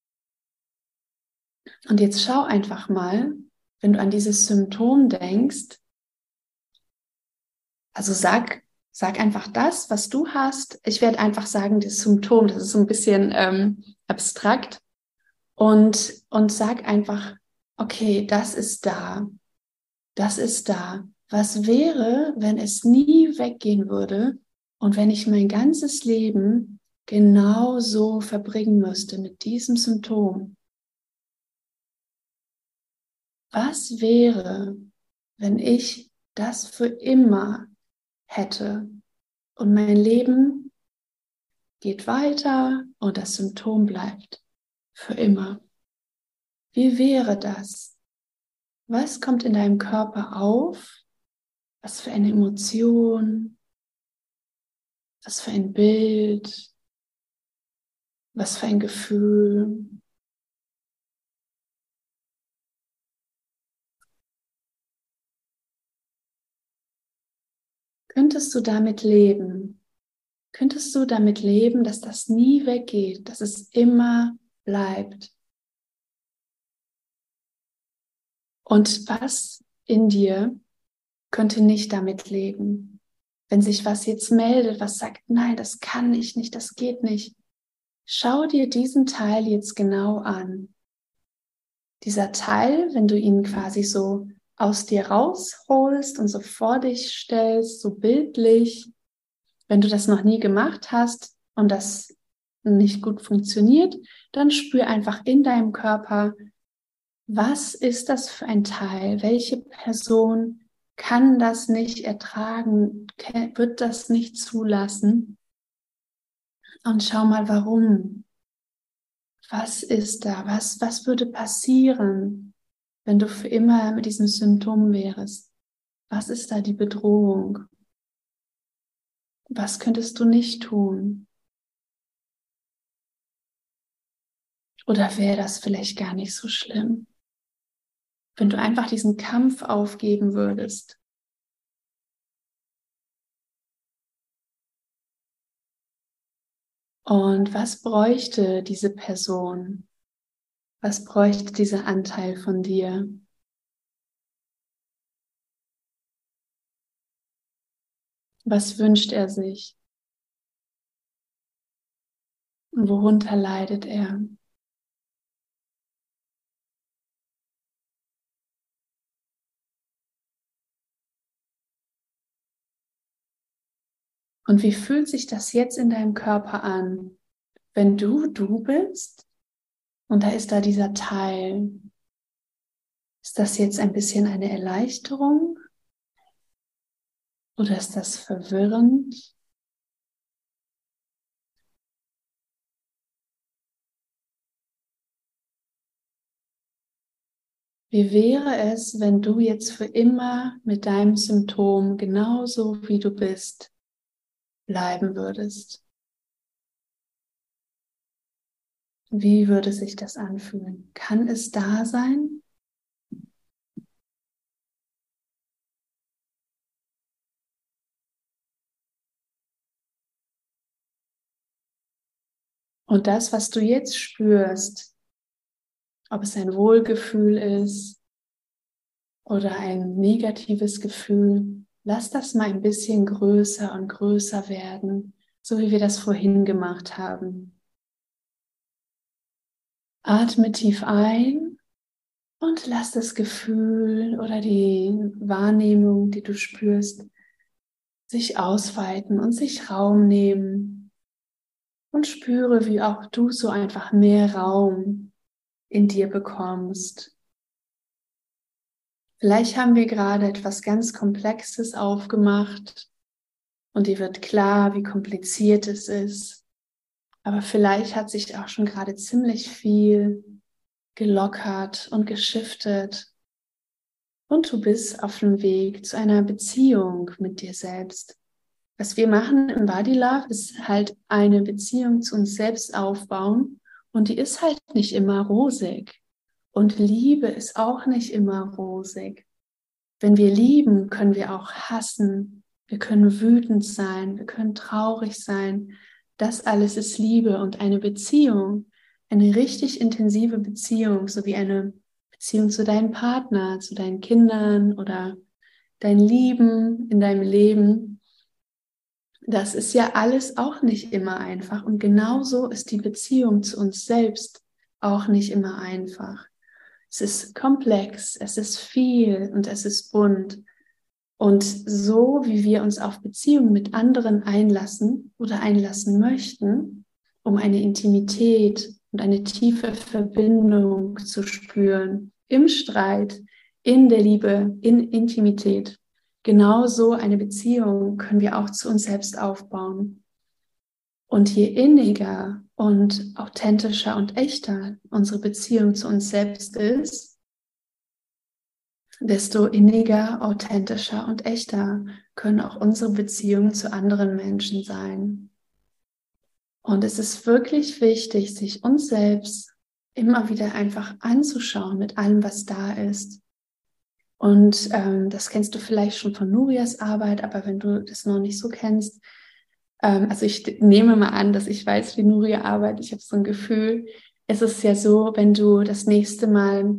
Und jetzt schau einfach mal, wenn du an dieses Symptom denkst, also sag, sag einfach das, was du hast. Ich werde einfach sagen, das Symptom, das ist so ein bisschen ähm, abstrakt und, und sag einfach, okay, das ist da. Das ist da. Was wäre, wenn es nie weggehen würde und wenn ich mein ganzes Leben genau so verbringen müsste mit diesem Symptom? Was wäre, wenn ich das für immer hätte und mein Leben geht weiter und das Symptom bleibt für immer? Wie wäre das? Was kommt in deinem Körper auf? Was für eine Emotion? Was für ein Bild? Was für ein Gefühl? Könntest du damit leben? Könntest du damit leben, dass das nie weggeht, dass es immer bleibt? Und was in dir könnte nicht damit leben? Wenn sich was jetzt meldet, was sagt, nein, das kann ich nicht, das geht nicht. Schau dir diesen Teil jetzt genau an. Dieser Teil, wenn du ihn quasi so aus dir rausholst und so vor dich stellst, so bildlich, wenn du das noch nie gemacht hast und das nicht gut funktioniert, dann spür einfach in deinem Körper, was ist das für ein Teil? Welche Person kann das nicht ertragen, wird das nicht zulassen? Und schau mal, warum. Was ist da? Was, was würde passieren, wenn du für immer mit diesem Symptom wärst? Was ist da die Bedrohung? Was könntest du nicht tun? Oder wäre das vielleicht gar nicht so schlimm, wenn du einfach diesen Kampf aufgeben würdest? Und was bräuchte diese Person? Was bräuchte dieser Anteil von dir? Was wünscht er sich? Und worunter leidet er? Und wie fühlt sich das jetzt in deinem Körper an, wenn du du bist und da ist da dieser Teil? Ist das jetzt ein bisschen eine Erleichterung oder ist das verwirrend? Wie wäre es, wenn du jetzt für immer mit deinem Symptom genauso wie du bist bleiben würdest? Wie würde sich das anfühlen? Kann es da sein? Und das, was du jetzt spürst, ob es ein Wohlgefühl ist oder ein negatives Gefühl, lass das mal ein bisschen größer und größer werden, so wie wir das vorhin gemacht haben. Atme tief ein und lass das Gefühl oder die Wahrnehmung, die du spürst, sich ausweiten und sich Raum nehmen. Und spüre, wie auch du so einfach mehr Raum in dir bekommst. Vielleicht haben wir gerade etwas ganz Komplexes aufgemacht und dir wird klar, wie kompliziert es ist. Aber vielleicht hat sich auch schon gerade ziemlich viel gelockert und geschiftet und du bist auf dem Weg zu einer Beziehung mit dir selbst. Was wir machen im Body Love ist halt eine Beziehung zu uns selbst aufbauen und die ist halt nicht immer rosig. Und Liebe ist auch nicht immer rosig. Wenn wir lieben, können wir auch hassen. Wir können wütend sein, wir können traurig sein. Das alles ist Liebe und eine Beziehung, eine richtig intensive Beziehung, so wie eine Beziehung zu deinem Partner, zu deinen Kindern oder dein Lieben in deinem Leben. Das ist ja alles auch nicht immer einfach und genauso ist die Beziehung zu uns selbst auch nicht immer einfach. Es ist komplex, es ist viel und es ist bunt. Und so wie wir uns auf Beziehungen mit anderen einlassen oder einlassen möchten, um eine Intimität und eine tiefe Verbindung zu spüren, im Streit, in der Liebe, in Intimität, genauso eine Beziehung können wir auch zu uns selbst aufbauen. Und je inniger und authentischer und echter unsere Beziehung zu uns selbst ist, desto inniger, authentischer und echter können auch unsere Beziehungen zu anderen Menschen sein. Und es ist wirklich wichtig, sich uns selbst immer wieder einfach anzuschauen mit allem, was da ist. Und ähm, das kennst du vielleicht schon von Nurias Arbeit, aber wenn du das noch nicht so kennst, ähm, also ich nehme mal an, dass ich weiß, wie Nuria arbeitet. Ich habe so ein Gefühl, es ist ja so, wenn du das nächste Mal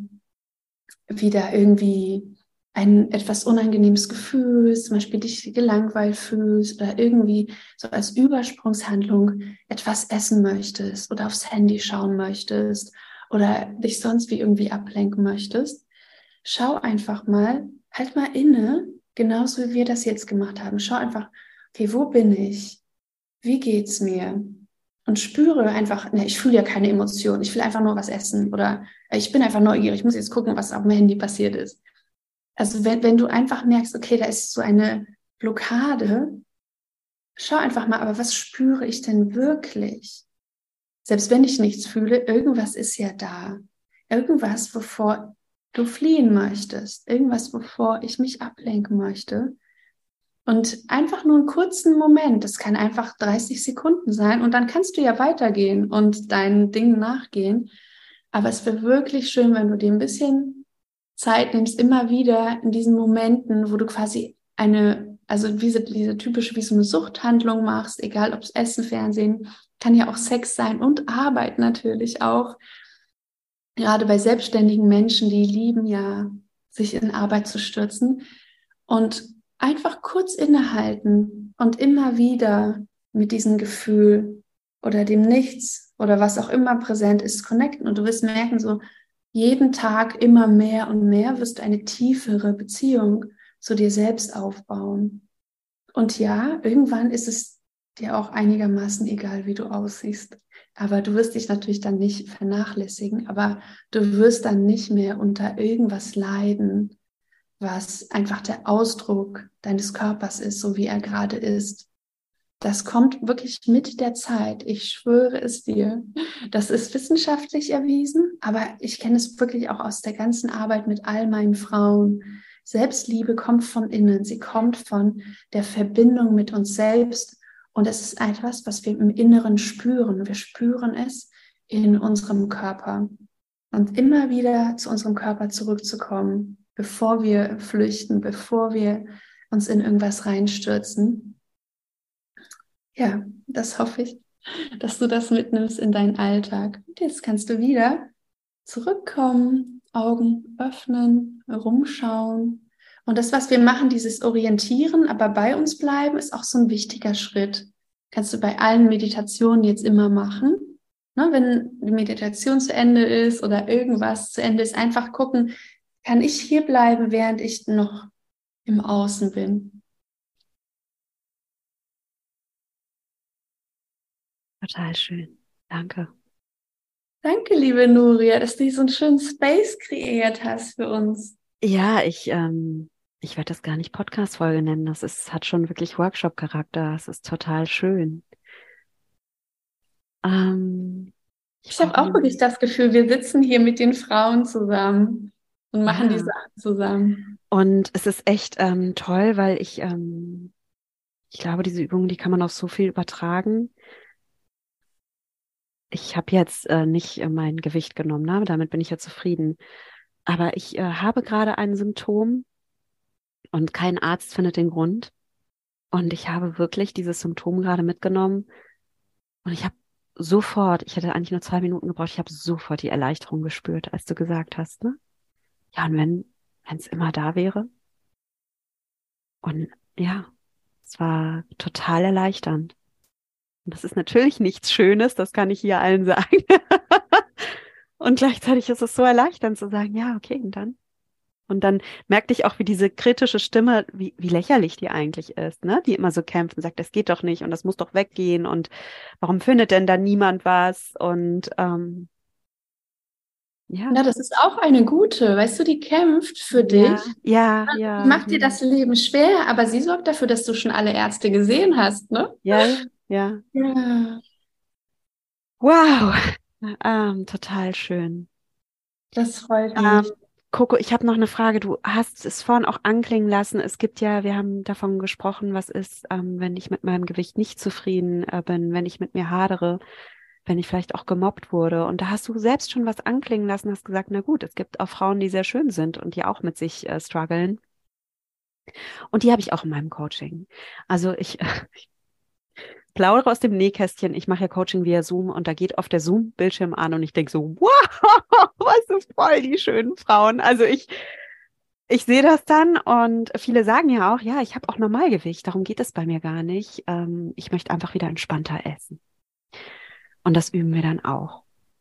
wieder irgendwie ein etwas unangenehmes Gefühl, zum Beispiel dich gelangweilt fühlst oder irgendwie so als Übersprungshandlung etwas essen möchtest oder aufs Handy schauen möchtest oder dich sonst wie irgendwie ablenken möchtest, schau einfach mal, halt mal inne, genauso wie wir das jetzt gemacht haben. Schau einfach, okay, wo bin ich? Wie geht's mir? Und spüre einfach, ne, ich fühle ja keine Emotionen, ich will einfach nur was essen oder ich bin einfach neugierig, ich muss jetzt gucken, was auf dem Handy passiert ist. Also wenn, wenn du einfach merkst, okay, da ist so eine Blockade, schau einfach mal, aber was spüre ich denn wirklich? Selbst wenn ich nichts fühle, irgendwas ist ja da. Irgendwas, wovor du fliehen möchtest. Irgendwas, wovor ich mich ablenken möchte. Und einfach nur einen kurzen Moment, das kann einfach dreißig Sekunden sein und dann kannst du ja weitergehen und deinen Dingen nachgehen. Aber es wäre wirklich schön, wenn du dir ein bisschen Zeit nimmst, immer wieder in diesen Momenten, wo du quasi eine, also diese, diese typische, wie so eine Suchthandlung machst, egal ob es Essen, Fernsehen, kann ja auch Sex sein und Arbeit natürlich auch. Gerade bei selbstständigen Menschen, die lieben ja, sich in Arbeit zu stürzen und einfach kurz innehalten und immer wieder mit diesem Gefühl oder dem Nichts oder was auch immer präsent ist, connecten. Und du wirst merken, so jeden Tag immer mehr und mehr wirst du eine tiefere Beziehung zu dir selbst aufbauen. Und ja, irgendwann ist es dir auch einigermaßen egal, wie du aussiehst. Aber du wirst dich natürlich dann nicht vernachlässigen, aber du wirst dann nicht mehr unter irgendwas leiden, was einfach der Ausdruck deines Körpers ist, so wie er gerade ist. Das kommt wirklich mit der Zeit. Ich schwöre es dir. Das ist wissenschaftlich erwiesen, aber ich kenne es wirklich auch aus der ganzen Arbeit mit all meinen Frauen. Selbstliebe kommt von innen. Sie kommt von der Verbindung mit uns selbst. Und es ist etwas, was wir im Inneren spüren. Wir spüren es in unserem Körper und immer wieder zu unserem Körper zurückzukommen, bevor wir flüchten, bevor wir uns in irgendwas reinstürzen. Ja, das hoffe ich, dass du das mitnimmst in deinen Alltag. Und jetzt kannst du wieder zurückkommen, Augen öffnen, rumschauen. Und das, was wir machen, dieses Orientieren, aber bei uns bleiben, ist auch so ein wichtiger Schritt. Kannst du bei allen Meditationen jetzt immer machen. Ne, wenn die Meditation zu Ende ist oder irgendwas zu Ende ist, einfach gucken, kann ich hier bleiben, während ich noch im Außen bin. Total schön. Danke. Danke, liebe Nuria, dass du hier so einen schönen Space kreiert hast für uns. Ja, ich, ähm, ich werde das gar nicht Podcast-Folge nennen. Das ist, hat schon wirklich Workshop-Charakter. Das ist total schön. Ähm, ich Ich habe auch wirklich das Gefühl, wir sitzen hier mit den Frauen zusammen und machen ja. die Sachen zusammen. Und es ist echt ähm, toll, weil ich, ähm, ich glaube, diese Übungen, die kann man auf so viel übertragen. Ich habe jetzt äh, nicht äh, mein Gewicht genommen, ne? Damit bin ich ja zufrieden. Aber ich äh, habe gerade ein Symptom und kein Arzt findet den Grund. Und ich habe wirklich dieses Symptom gerade mitgenommen. Und ich habe sofort, ich hätte eigentlich nur zwei Minuten gebraucht, ich habe sofort die Erleichterung gespürt, als du gesagt hast, ne? Ja, und wenn, wenn es immer da wäre. Und ja, es war total erleichternd. Und das ist natürlich nichts Schönes, das kann ich hier allen sagen. Und gleichzeitig ist es so erleichternd zu sagen, ja, okay, und dann. Und dann merkte ich auch, wie diese kritische Stimme, wie, wie lächerlich die eigentlich ist, ne? Die immer so kämpft und sagt, das geht doch nicht und das muss doch weggehen und warum findet denn da niemand was? Und ähm, ja. Ja, das ist auch eine gute, weißt du, die kämpft für Ja, dich. ja, Die ja. macht dir das Leben schwer, aber sie sorgt dafür, dass du schon alle Ärzte gesehen hast, ne? Ja, ja, ja. Ja, Wow, ähm, total schön. das freut Ähm, mich. Coco, ich habe noch eine Frage. Du hast es vorhin auch anklingen lassen. Es gibt ja, wir haben davon gesprochen, was ist, ähm, wenn ich mit meinem Gewicht nicht zufrieden äh, bin, wenn ich mit mir hadere, wenn ich vielleicht auch gemobbt wurde. Und da hast du selbst schon was anklingen lassen, hast gesagt, na gut, es gibt auch Frauen, die sehr schön sind und die auch mit sich äh, strugglen. Und die habe ich auch in meinem Coaching. Also ich, ich plaudere aus dem Nähkästchen. Ich mache ja Coaching via Zoom und da geht oft der Zoom-Bildschirm an und ich denke so, wow, was sind voll die schönen Frauen. Also ich, ich sehe das dann und viele sagen ja auch, ja, ich habe auch Normalgewicht, darum geht es bei mir gar nicht. Ähm, ich möchte einfach wieder entspannter essen. Und das üben wir dann auch.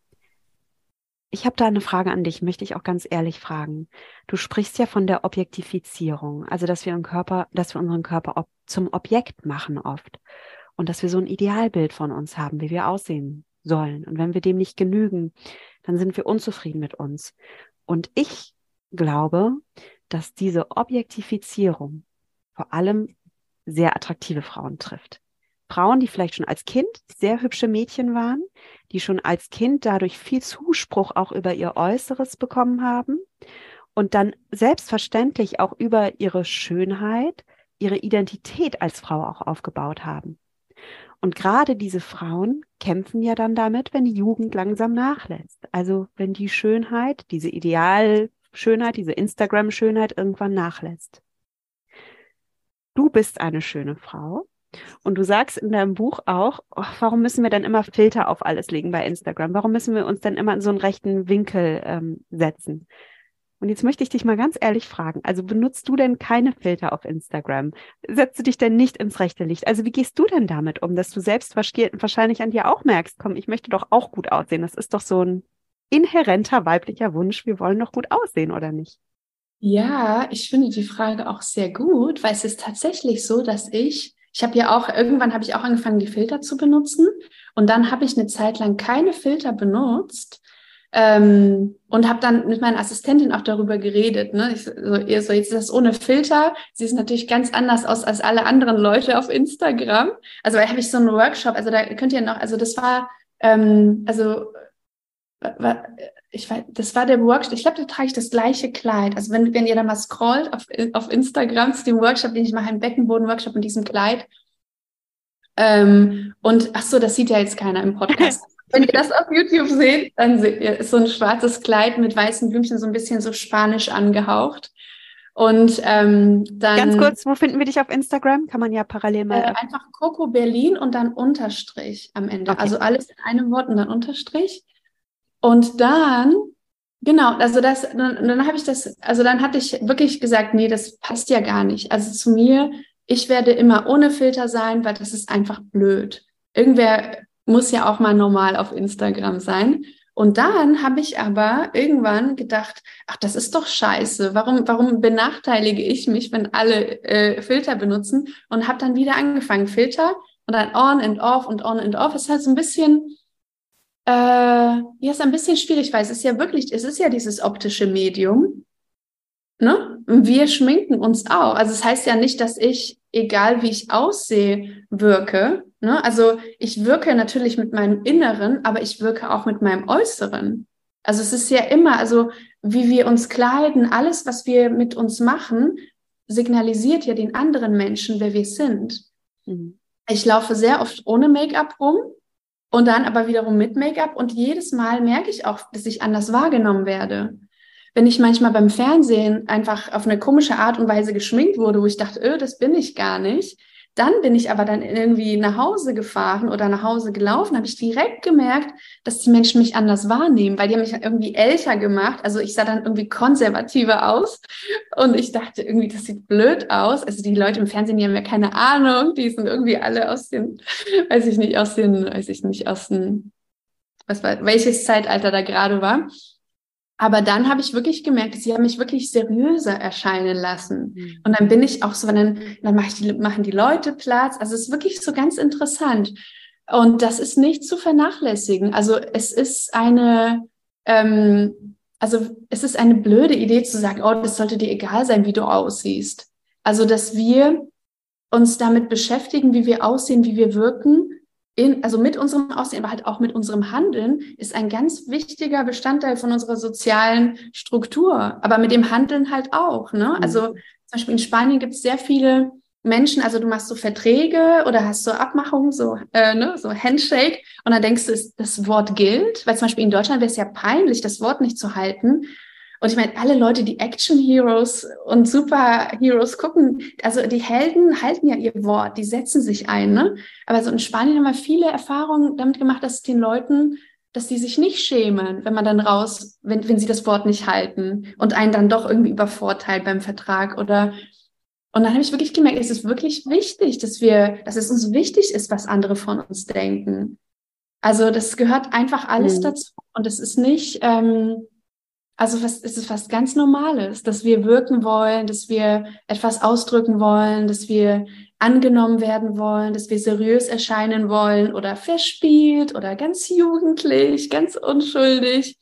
Ich habe da eine Frage an dich, möchte ich auch ganz ehrlich fragen. Du sprichst ja von der Objektifizierung, also dass wir im Körper, dass wir unseren Körper ob, zum Objekt machen oft und dass wir so ein Idealbild von uns haben, wie wir aussehen sollen. Und wenn wir dem nicht genügen, dann sind wir unzufrieden mit uns. Und ich glaube, dass diese Objektifizierung vor allem sehr attraktive Frauen trifft. Frauen, die vielleicht schon als Kind sehr hübsche Mädchen waren, die schon als Kind dadurch viel Zuspruch auch über ihr Äußeres bekommen haben und dann selbstverständlich auch über ihre Schönheit, ihre Identität als Frau auch aufgebaut haben. Und gerade diese Frauen kämpfen ja dann damit, wenn die Jugend langsam nachlässt. Also wenn die Schönheit, diese Idealschönheit, diese Instagram-Schönheit irgendwann nachlässt. Du bist eine schöne Frau. Und du sagst in deinem Buch auch, oh, warum müssen wir dann immer Filter auf alles legen bei Instagram? Warum müssen wir uns dann immer in so einen rechten Winkel ähm, setzen? Und jetzt möchte ich dich mal ganz ehrlich fragen, also benutzt du denn keine Filter auf Instagram? Setzt du dich denn nicht ins rechte Licht? Also wie gehst du denn damit um, dass du selbst wahrscheinlich an dir auch merkst, komm, ich möchte doch auch gut aussehen. Das ist doch so ein inhärenter weiblicher Wunsch, wir wollen doch gut aussehen, oder nicht? Ja, ich finde die Frage auch sehr gut, weil es ist tatsächlich so, dass ich, ich habe ja auch, irgendwann habe ich auch angefangen, die Filter zu benutzen und dann habe ich eine Zeit lang keine Filter benutzt ähm, und habe dann mit meiner Assistentin auch darüber geredet. Ne? Ich, so, ihr so, jetzt ist das ohne Filter, sie ist natürlich ganz anders aus als alle anderen Leute auf Instagram. Also da habe ich so einen Workshop, also da könnt ihr noch, also das war, ähm, also war, ich weiß, das war der Workshop, ich glaube, da trage ich das gleiche Kleid. Also wenn, wenn ihr da mal scrollt auf, auf Instagram zu dem Workshop, den ich mache, einen Beckenboden-Workshop in diesem Kleid. Ähm, und ach so, das sieht ja jetzt keiner im Podcast. Wenn ihr das auf YouTube seht, dann seht ihr, ist so ein schwarzes Kleid mit weißen Blümchen, so ein bisschen so spanisch angehaucht. Und ähm, dann... Ganz kurz, wo finden wir dich auf Instagram? Kann man ja parallel mal... Äh, einfach Coco Berlin und dann Unterstrich am Ende. Okay. Also alles in einem Wort und dann Unterstrich. Und dann, genau, also das, dann, dann habe ich das, also dann hatte ich wirklich gesagt, nee, das passt ja gar nicht. Also zu mir, ich werde immer ohne Filter sein, weil das ist einfach blöd. Irgendwer muss ja auch mal normal auf Instagram sein. Und dann habe ich aber irgendwann gedacht, ach, das ist doch scheiße. Warum, warum benachteilige ich mich, wenn alle äh, Filter benutzen? Und habe dann wieder angefangen, Filter und dann on and off und on and off. Es ist halt so ein bisschen, äh, ja, ist ein bisschen schwierig, weil es ist ja wirklich, es ist ja dieses optische Medium. Ne? Und wir schminken uns auch. Also es das heißt ja nicht, dass ich, egal wie ich aussehe, wirke. Ne? Also ich wirke natürlich mit meinem Inneren, aber ich wirke auch mit meinem Äußeren. Also es ist ja immer, also wie wir uns kleiden, alles, was wir mit uns machen, signalisiert ja den anderen Menschen, wer wir sind. Mhm. Ich laufe sehr oft ohne Make-up rum und dann aber wiederum mit Make-up und jedes Mal merke ich auch, dass ich anders wahrgenommen werde. Wenn ich manchmal beim Fernsehen einfach auf eine komische Art und Weise geschminkt wurde, wo ich dachte, öh, das bin ich gar nicht, dann bin ich aber dann irgendwie nach Hause gefahren oder nach Hause gelaufen, habe ich direkt gemerkt, dass die Menschen mich anders wahrnehmen, weil die haben mich irgendwie älter gemacht. Also ich sah dann irgendwie konservativer aus und ich dachte irgendwie, das sieht blöd aus. Also die Leute im Fernsehen, die haben ja keine Ahnung, die sind irgendwie alle aus den, weiß ich nicht, aus den, weiß ich nicht, aus den, was war, welches Zeitalter da gerade war. Aber dann habe ich wirklich gemerkt, sie haben mich wirklich seriöser erscheinen lassen. Mhm. Und dann bin ich auch so, dann, dann mach ich die, machen die Leute Platz. Also es ist wirklich so ganz interessant. Und das ist nicht zu vernachlässigen. Also es ist eine, ähm, also es ist eine blöde Idee zu sagen, oh, das sollte dir egal sein, wie du aussiehst. Also dass wir uns damit beschäftigen, wie wir aussehen, wie wir wirken, In, also mit unserem Aussehen, aber halt auch mit unserem Handeln, ist ein ganz wichtiger Bestandteil von unserer sozialen Struktur. Aber mit dem Handeln halt auch. Ne? Mhm. Also zum Beispiel in Spanien gibt es sehr viele Menschen, also du machst so Verträge oder hast so Abmachungen, so, äh, ne, so Handshake und dann denkst du, das Wort gilt. Weil zum Beispiel in Deutschland wäre es ja peinlich, das Wort nicht zu halten. Und ich meine, alle Leute, die Action-Heroes und Superheroes gucken, also die Helden halten ja ihr Wort, die setzen sich ein, ne? Aber so in Spanien haben wir viele Erfahrungen damit gemacht, dass den Leuten, dass die sich nicht schämen, wenn man dann raus, wenn, wenn sie das Wort nicht halten und einen dann doch irgendwie übervorteilt beim Vertrag oder, und dann habe ich wirklich gemerkt, es ist wirklich wichtig, dass wir, dass es uns wichtig ist, was andere von uns denken. Also das gehört einfach alles mhm. dazu und es ist nicht, ähm, Also was, es ist was ganz Normales, dass wir wirken wollen, dass wir etwas ausdrücken wollen, dass wir angenommen werden wollen, dass wir seriös erscheinen wollen oder verspielt oder ganz jugendlich, ganz unschuldig.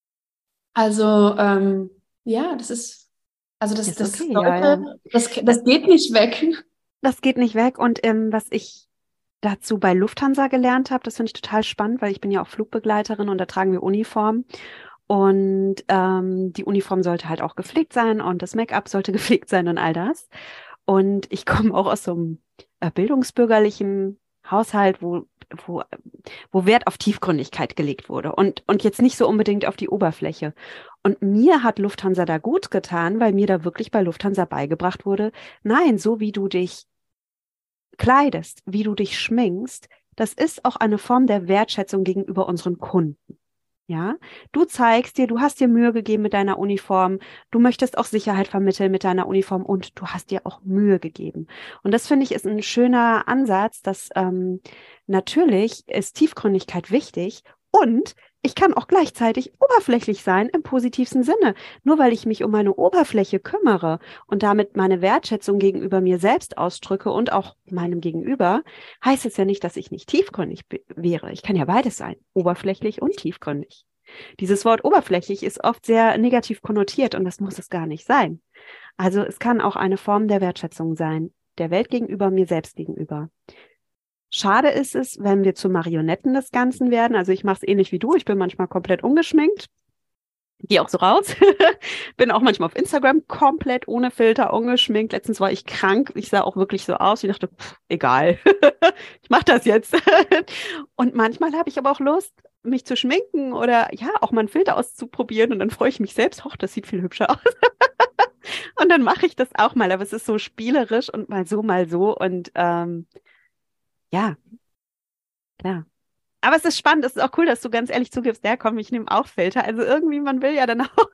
Also ähm, ja, das ist, also das, ist das, okay, sollte, ja, ja. das, das geht nicht weg. Das geht nicht weg und ähm, was ich dazu bei Lufthansa gelernt habe, das finde ich total spannend, weil ich bin ja auch Flugbegleiterin und da tragen wir Uniform. Und ähm, die Uniform sollte halt auch gepflegt sein und das Make-up sollte gepflegt sein und all das. Und ich komme auch aus so einem äh, bildungsbürgerlichen Haushalt, wo, wo, wo Wert auf Tiefgründigkeit gelegt wurde und, und jetzt nicht so unbedingt auf die Oberfläche. Und mir hat Lufthansa da gut getan, weil mir da wirklich bei Lufthansa beigebracht wurde, nein, so wie du dich kleidest, wie du dich schminkst, das ist auch eine Form der Wertschätzung gegenüber unseren Kunden. Ja, du zeigst dir, du hast dir Mühe gegeben mit deiner Uniform, du möchtest auch Sicherheit vermitteln mit deiner Uniform und du hast dir auch Mühe gegeben. Und das finde ich ist ein schöner Ansatz, dass ähm, natürlich ist Tiefgründigkeit wichtig und ich kann auch gleichzeitig oberflächlich sein im positivsten Sinne. Nur weil ich mich um meine Oberfläche kümmere und damit meine Wertschätzung gegenüber mir selbst ausdrücke und auch meinem Gegenüber, heißt es ja nicht, dass ich nicht tiefgründig b- wäre. Ich kann ja beides sein, oberflächlich und tiefgründig. Dieses Wort oberflächlich ist oft sehr negativ konnotiert und das muss es gar nicht sein. Also es kann auch eine Form der Wertschätzung sein, der Welt gegenüber, mir selbst gegenüber. Schade ist es, wenn wir zu Marionetten des Ganzen werden. Also ich mache es ähnlich wie du. Ich bin manchmal komplett ungeschminkt. Gehe auch so raus. Bin auch manchmal auf Instagram komplett ohne Filter, ungeschminkt. Letztens war ich krank. Ich sah auch wirklich so aus. Ich dachte, pff, egal. Ich mache das jetzt. Und manchmal habe ich aber auch Lust, mich zu schminken oder ja, auch mal einen Filter auszuprobieren und dann freue ich mich selbst, hoch, das sieht viel hübscher aus. Und dann mache ich das auch mal, aber es ist so spielerisch und mal so, mal so und ähm, ja, klar. Aber es ist spannend, es ist auch cool, dass du ganz ehrlich zugibst, ja komm, ich nehme auch Filter. Also irgendwie, man will ja dann auch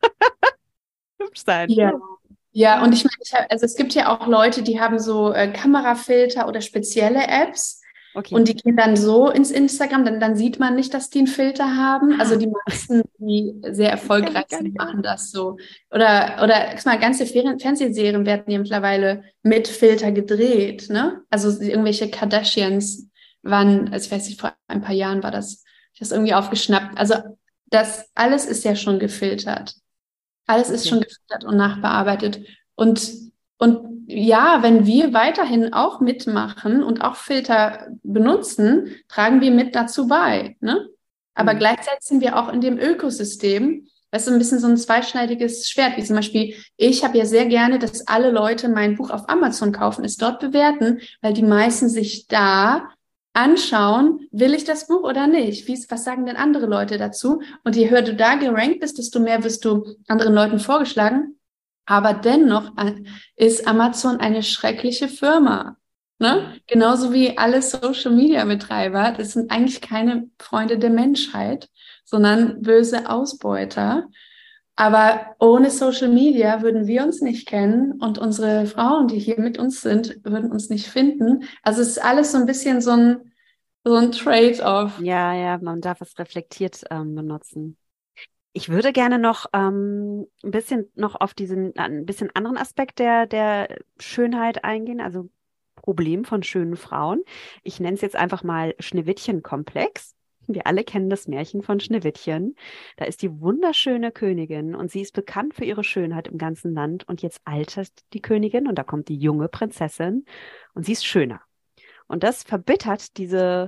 hübsch sein. Ja. Ja, und ich meine, ich hab, also es gibt ja auch Leute, die haben so äh, Kamerafilter oder spezielle Apps Okay. und die gehen dann so ins Instagram, dann, dann sieht man nicht, dass die einen Filter haben. Also die meisten, die sehr erfolgreich sind, machen das so. Oder, oder guck mal, ganze Ferien, Fernsehserien werden ja mittlerweile mit Filter gedreht, ne? Also irgendwelche Kardashians waren, also ich weiß nicht, vor ein paar Jahren war das, ich das irgendwie aufgeschnappt. Also das alles ist ja schon gefiltert. Alles ist Okay. schon gefiltert und nachbearbeitet. Und, und ja, wenn wir weiterhin auch mitmachen und auch Filter benutzen, tragen wir mit dazu bei, ne? Aber Mhm. gleichzeitig sind wir auch in dem Ökosystem. Das ist ein bisschen so ein zweischneidiges Schwert, wie zum Beispiel, ich habe ja sehr gerne, dass alle Leute mein Buch auf Amazon kaufen, es dort bewerten, weil die meisten sich da anschauen, will ich das Buch oder nicht? Wie, was sagen denn andere Leute dazu? Und je höher du da gerankt bist, desto mehr wirst du anderen Leuten vorgeschlagen. Aber dennoch ist Amazon eine schreckliche Firma. Ne? Genauso wie alle Social-Media-Betreiber. Das sind eigentlich keine Freunde der Menschheit, sondern böse Ausbeuter. Aber ohne Social Media würden wir uns nicht kennen und unsere Frauen, die hier mit uns sind, würden uns nicht finden. Also es ist alles so ein bisschen so ein, so ein Trade-off. Ja, ja, man darf es reflektiert ähm, benutzen. Ich würde gerne noch ähm, ein bisschen noch auf diesen ein bisschen anderen Aspekt der, der Schönheit eingehen, also Problem von schönen Frauen. Ich nenne es jetzt einfach mal Schneewittchen-Komplex. Wir alle kennen das Märchen von Schneewittchen. Da ist die wunderschöne Königin und sie ist bekannt für ihre Schönheit im ganzen Land. Und jetzt altert die Königin und da kommt die junge Prinzessin und sie ist schöner. Und das verbittert diese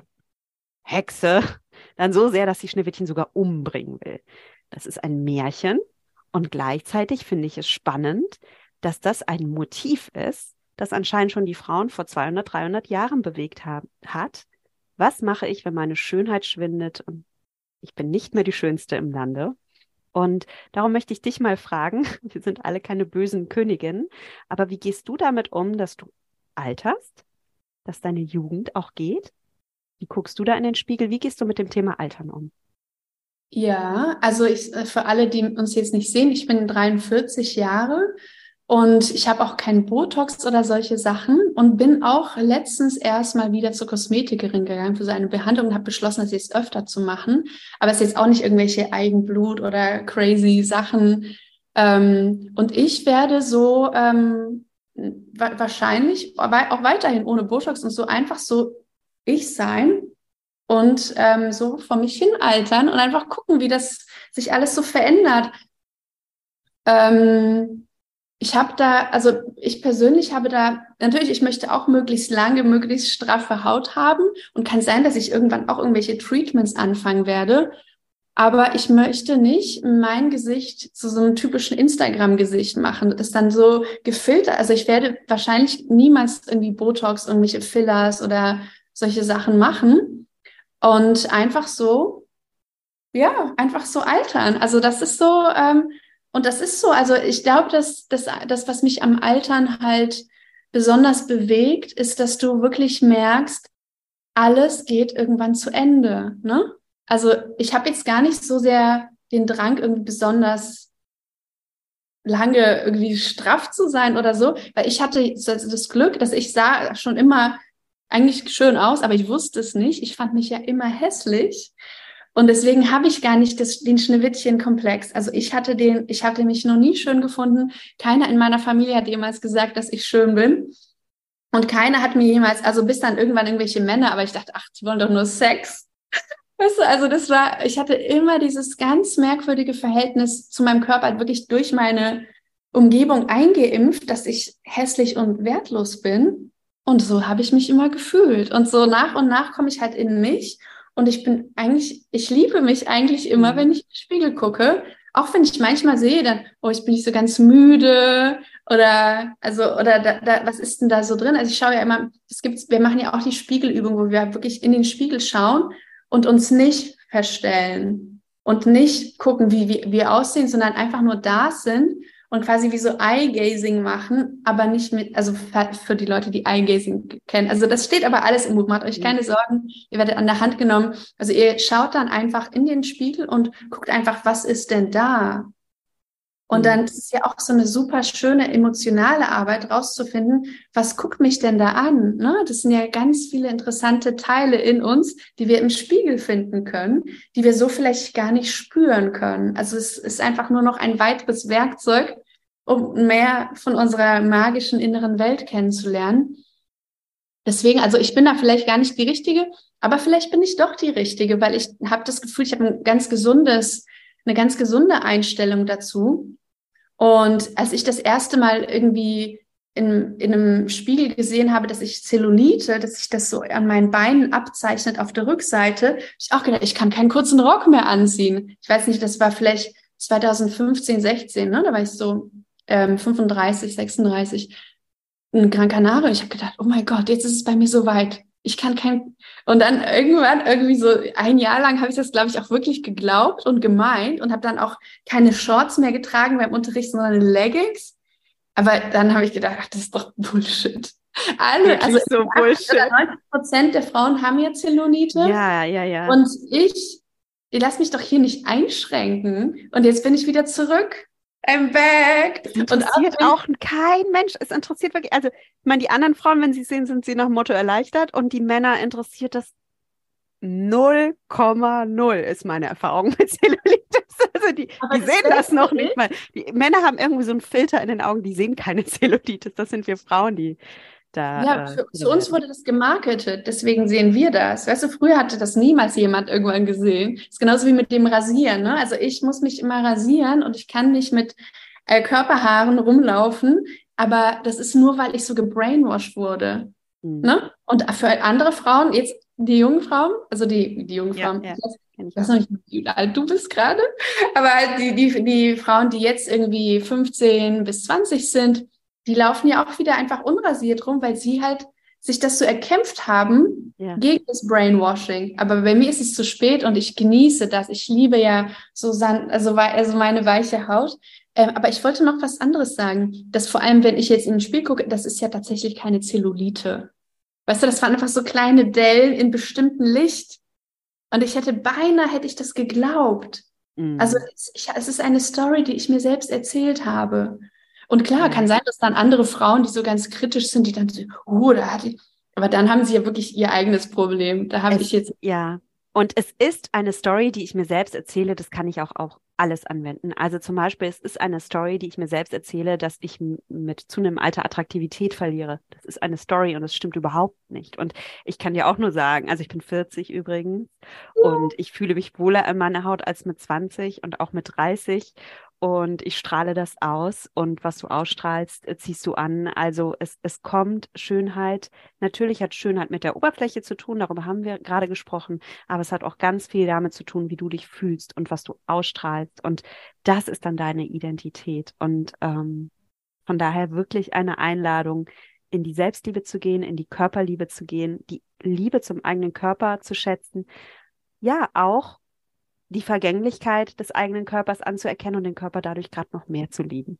Hexe dann so sehr, dass sie Schneewittchen sogar umbringen will. Das ist ein Märchen und gleichzeitig finde ich es spannend, dass das ein Motiv ist, das anscheinend schon die Frauen vor zweihundert, dreihundert Jahren bewegt haben, hat. Was mache ich, wenn meine Schönheit schwindet und ich bin nicht mehr die Schönste im Lande? Und darum möchte ich dich mal fragen, wir sind alle keine bösen Königinnen, aber wie gehst du damit um, dass du alterst, dass deine Jugend auch geht? Wie guckst du da in den Spiegel? Wie gehst du mit dem Thema Altern um? Ja, also ich, für alle, die uns jetzt nicht sehen, ich bin dreiundvierzig Jahre und ich habe auch keinen Botox oder solche Sachen und bin auch letztens erst mal wieder zur Kosmetikerin gegangen für so eine Behandlung und habe beschlossen, das jetzt öfter zu machen. Aber es ist jetzt auch nicht irgendwelche Eigenblut oder crazy Sachen. Ähm, und ich werde so ähm, wa- wahrscheinlich auch weiterhin ohne Botox und so einfach so ich sein. Und ähm, so vor mich hin altern und einfach gucken, wie das sich alles so verändert. Ähm, ich habe da, also ich persönlich habe da, natürlich, ich möchte auch möglichst lange, möglichst straffe Haut haben und kann sein, dass ich irgendwann auch irgendwelche Treatments anfangen werde. Aber ich möchte nicht mein Gesicht zu so einem typischen Instagram-Gesicht machen. Das dann so gefiltert. Also ich werde wahrscheinlich niemals irgendwie Botox, irgendwelche Fillers oder solche Sachen machen. Und einfach so, ja, einfach so altern. Also das ist so, ähm, und das ist so, also ich glaube, dass das, das, was mich am Altern halt besonders bewegt, ist, dass du wirklich merkst, alles geht irgendwann zu Ende, ne? Also ich habe jetzt gar nicht so sehr den Drang, irgendwie besonders lange irgendwie straff zu sein oder so, weil ich hatte das, das Glück, dass ich sah schon immer eigentlich schön aus, aber ich wusste es nicht. Ich fand mich ja immer hässlich. Und deswegen habe ich gar nicht das, den Schneewittchen-Komplex. Also ich hatte den, ich hatte mich noch nie schön gefunden. Keiner in meiner Familie hat jemals gesagt, dass ich schön bin. Und keiner hat mir jemals, also bis dann irgendwann irgendwelche Männer, aber ich dachte, ach, die wollen doch nur Sex. Weißt du, also das war, ich hatte immer dieses ganz merkwürdige Verhältnis zu meinem Körper, halt wirklich durch meine Umgebung eingeimpft, dass ich hässlich und wertlos bin. Und so habe ich mich immer gefühlt. Und so nach und nach komme ich halt in mich. Und ich bin eigentlich, ich liebe mich eigentlich immer, Mhm. wenn ich in den Spiegel gucke. Auch wenn ich manchmal sehe, dann, oh, ich bin nicht so ganz müde oder, also, oder da, da, was ist denn da so drin? Also ich schaue ja immer, es gibt, wir machen ja auch die Spiegelübung, wo wir wirklich in den Spiegel schauen und uns nicht verstellen und nicht gucken, wie, wie wir aussehen, sondern einfach nur da sind und quasi wie so Eye-Gazing machen, aber nicht mit, also für die Leute, die Eye-Gazing kennen. Also das steht aber alles im Buch, macht euch keine Sorgen, ihr werdet an der Hand genommen. Also ihr schaut dann einfach in den Spiegel und guckt einfach, was ist denn da? Und dann ist es ja auch so eine super schöne emotionale Arbeit, rauszufinden, was guckt mich denn da an? Ne? Das sind ja ganz viele interessante Teile in uns, die wir im Spiegel finden können, die wir so vielleicht gar nicht spüren können. Also es ist einfach nur noch ein weiteres Werkzeug, um mehr von unserer magischen inneren Welt kennenzulernen. Deswegen, also ich bin da vielleicht gar nicht die Richtige, aber vielleicht bin ich doch die Richtige, weil ich habe das Gefühl, ich habe ein ganz gesundes, eine ganz gesunde Einstellung dazu. Und als ich das erste Mal irgendwie in, in einem Spiegel gesehen habe, dass ich Zellulite, dass sich das so an meinen Beinen abzeichnet auf der Rückseite, habe ich auch gedacht, ich kann keinen kurzen Rock mehr anziehen. Ich weiß nicht, das war vielleicht zwanzig fünfzehn, sechzehn, ne? Da war ich so ähm, fünfunddreißig, sechsunddreißig in Gran Canaria. Ich habe gedacht, oh mein Gott, jetzt ist es bei mir so weit. Ich kann kein... Und dann irgendwann, irgendwie so ein Jahr lang habe ich das, glaube ich, auch wirklich geglaubt und gemeint und habe dann auch keine Shorts mehr getragen beim Unterricht, sondern Leggings. Aber dann habe ich gedacht, ach, das ist doch Bullshit. Alle, Wirklich also so Bullshit. neunzig Prozent der Frauen haben ja Zellulite. Ja, ja, ja. Und ich, ich lasse mich doch hier nicht einschränken. Und jetzt bin ich wieder zurück. I'm back. Es interessiert und auch, auch kein Mensch. Es interessiert wirklich, also ich meine, die anderen Frauen, wenn sie sehen, sind sie nach dem Motto erleichtert und die Männer interessiert das null Komma null ist meine Erfahrung mit Zellulitis. Also die, die das sehen das noch nicht. nicht mal. Die Männer haben irgendwie so einen Filter in den Augen, die sehen keine Zellulitis. Das sind wir Frauen, die da... Ja, äh, für, für uns wurde das gemarketet, deswegen sehen wir das. Weißt du, früher hatte das niemals jemand irgendwann gesehen. Das ist genauso wie mit dem Rasieren, ne? Also ich muss mich immer rasieren und ich kann nicht mit äh, Körperhaaren rumlaufen, aber das ist nur, weil ich so gebrainwashed wurde. Mhm. Ne? Und für andere Frauen, jetzt die jungen Frauen, also die, die jungen Ja, Frauen, ja, ich weiß, kenn ich ich weiß auch. noch nicht, wie alt du bist gerade, aber halt die, die, die Frauen, die jetzt irgendwie fünfzehn bis zwanzig sind, die laufen ja auch wieder einfach unrasiert rum, weil sie halt sich das so erkämpft haben Ja. gegen das Brainwashing. Aber bei mir ist es zu spät und ich genieße das. Ich liebe ja so san also, also meine weiche Haut. Ähm, aber ich wollte noch was anderes sagen, dass vor allem, wenn ich jetzt in den Spiel gucke, das ist ja tatsächlich keine Zellulite. Weißt du, das waren einfach so kleine Dellen in bestimmten Licht. Und ich hätte beinahe, hätte ich das geglaubt. Mhm. Also es, ich, es ist eine Story, die ich mir selbst erzählt habe. Und klar, Mhm. kann sein, dass dann andere Frauen, die so ganz kritisch sind, die dann so, oh, da hat die, aber dann haben sie ja wirklich ihr eigenes Problem. Da habe Es- ich jetzt, Ja, und es ist eine Story, die ich mir selbst erzähle, das kann ich auch auf alles anwenden. Also zum Beispiel, es ist eine Story, die ich mir selbst erzähle, dass ich m- mit zunehmendem Alter Attraktivität verliere. Das ist eine Story und das stimmt überhaupt nicht. Und ich kann dir auch nur sagen, also ich bin vierzig übrigens und ich fühle mich wohler in meiner Haut als mit zwanzig und auch mit dreißig. Und ich strahle das aus und was du ausstrahlst, äh, ziehst du an. Also es, es kommt Schönheit. Natürlich hat Schönheit mit der Oberfläche zu tun, darüber haben wir gerade gesprochen, aber es hat auch ganz viel damit zu tun, wie du dich fühlst und was du ausstrahlst. Und das ist dann deine Identität. Und ähm, von daher wirklich eine Einladung, in die Selbstliebe zu gehen, in die Körperliebe zu gehen, die Liebe zum eigenen Körper zu schätzen. Ja, auch die Vergänglichkeit des eigenen Körpers anzuerkennen und den Körper dadurch gerade noch mehr zu lieben.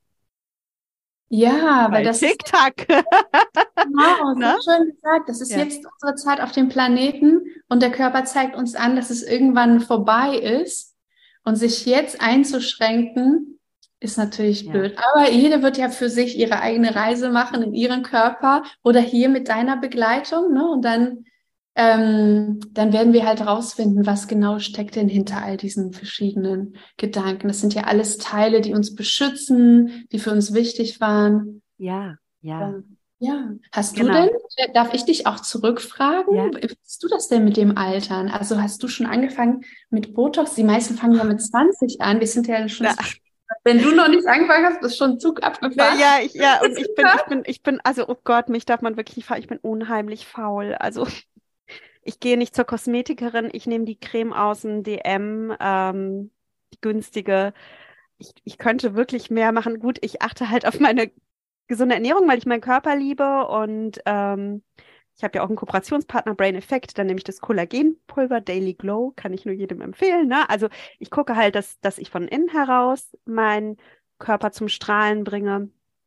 ja, weil Weil das ist Tick-Tack. genau, Ne? so schön gesagt. Das ist Ja. jetzt unsere Zeit auf dem Planeten und der Körper zeigt uns an, dass es irgendwann vorbei ist. Und sich jetzt einzuschränken, ist natürlich Ja. blöd. Aber jede wird ja für sich ihre eigene Reise machen in ihren Körper oder hier mit deiner Begleitung, ne? Und dann, ähm, dann werden wir halt rausfinden, was genau steckt denn hinter all diesen verschiedenen Gedanken. Das sind ja alles Teile, die uns beschützen, die für uns wichtig waren. Ja, ja. Ähm, Ja, hast du Genau. denn, äh, darf ich dich auch zurückfragen? Ja. Wie findest du das denn mit dem Altern? Also hast du schon angefangen mit Botox? Die meisten fangen ja mit zwanzig an. Wir sind ja schon, Ja. wenn du noch nicht angefangen hast, ist schon ein Zug abgefahren. Ja, ich, ja, und ich bin, ich bin, ich bin, also, oh Gott, mich darf man wirklich nicht faul, ich bin unheimlich faul. Also, ich gehe nicht zur Kosmetikerin, ich nehme die Creme aus dem D M, ähm, die günstige. Ich, ich könnte wirklich mehr machen. Gut, ich achte halt auf meine gesunde Ernährung, weil ich meinen Körper liebe und ähm, Ich habe ja auch einen Kooperationspartner, Brain Effect, dann nehme ich das Kollagenpulver Daily Glow, kann ich nur jedem empfehlen. Ne? Also ich gucke halt, dass, dass ich von innen heraus meinen Körper zum Strahlen bringe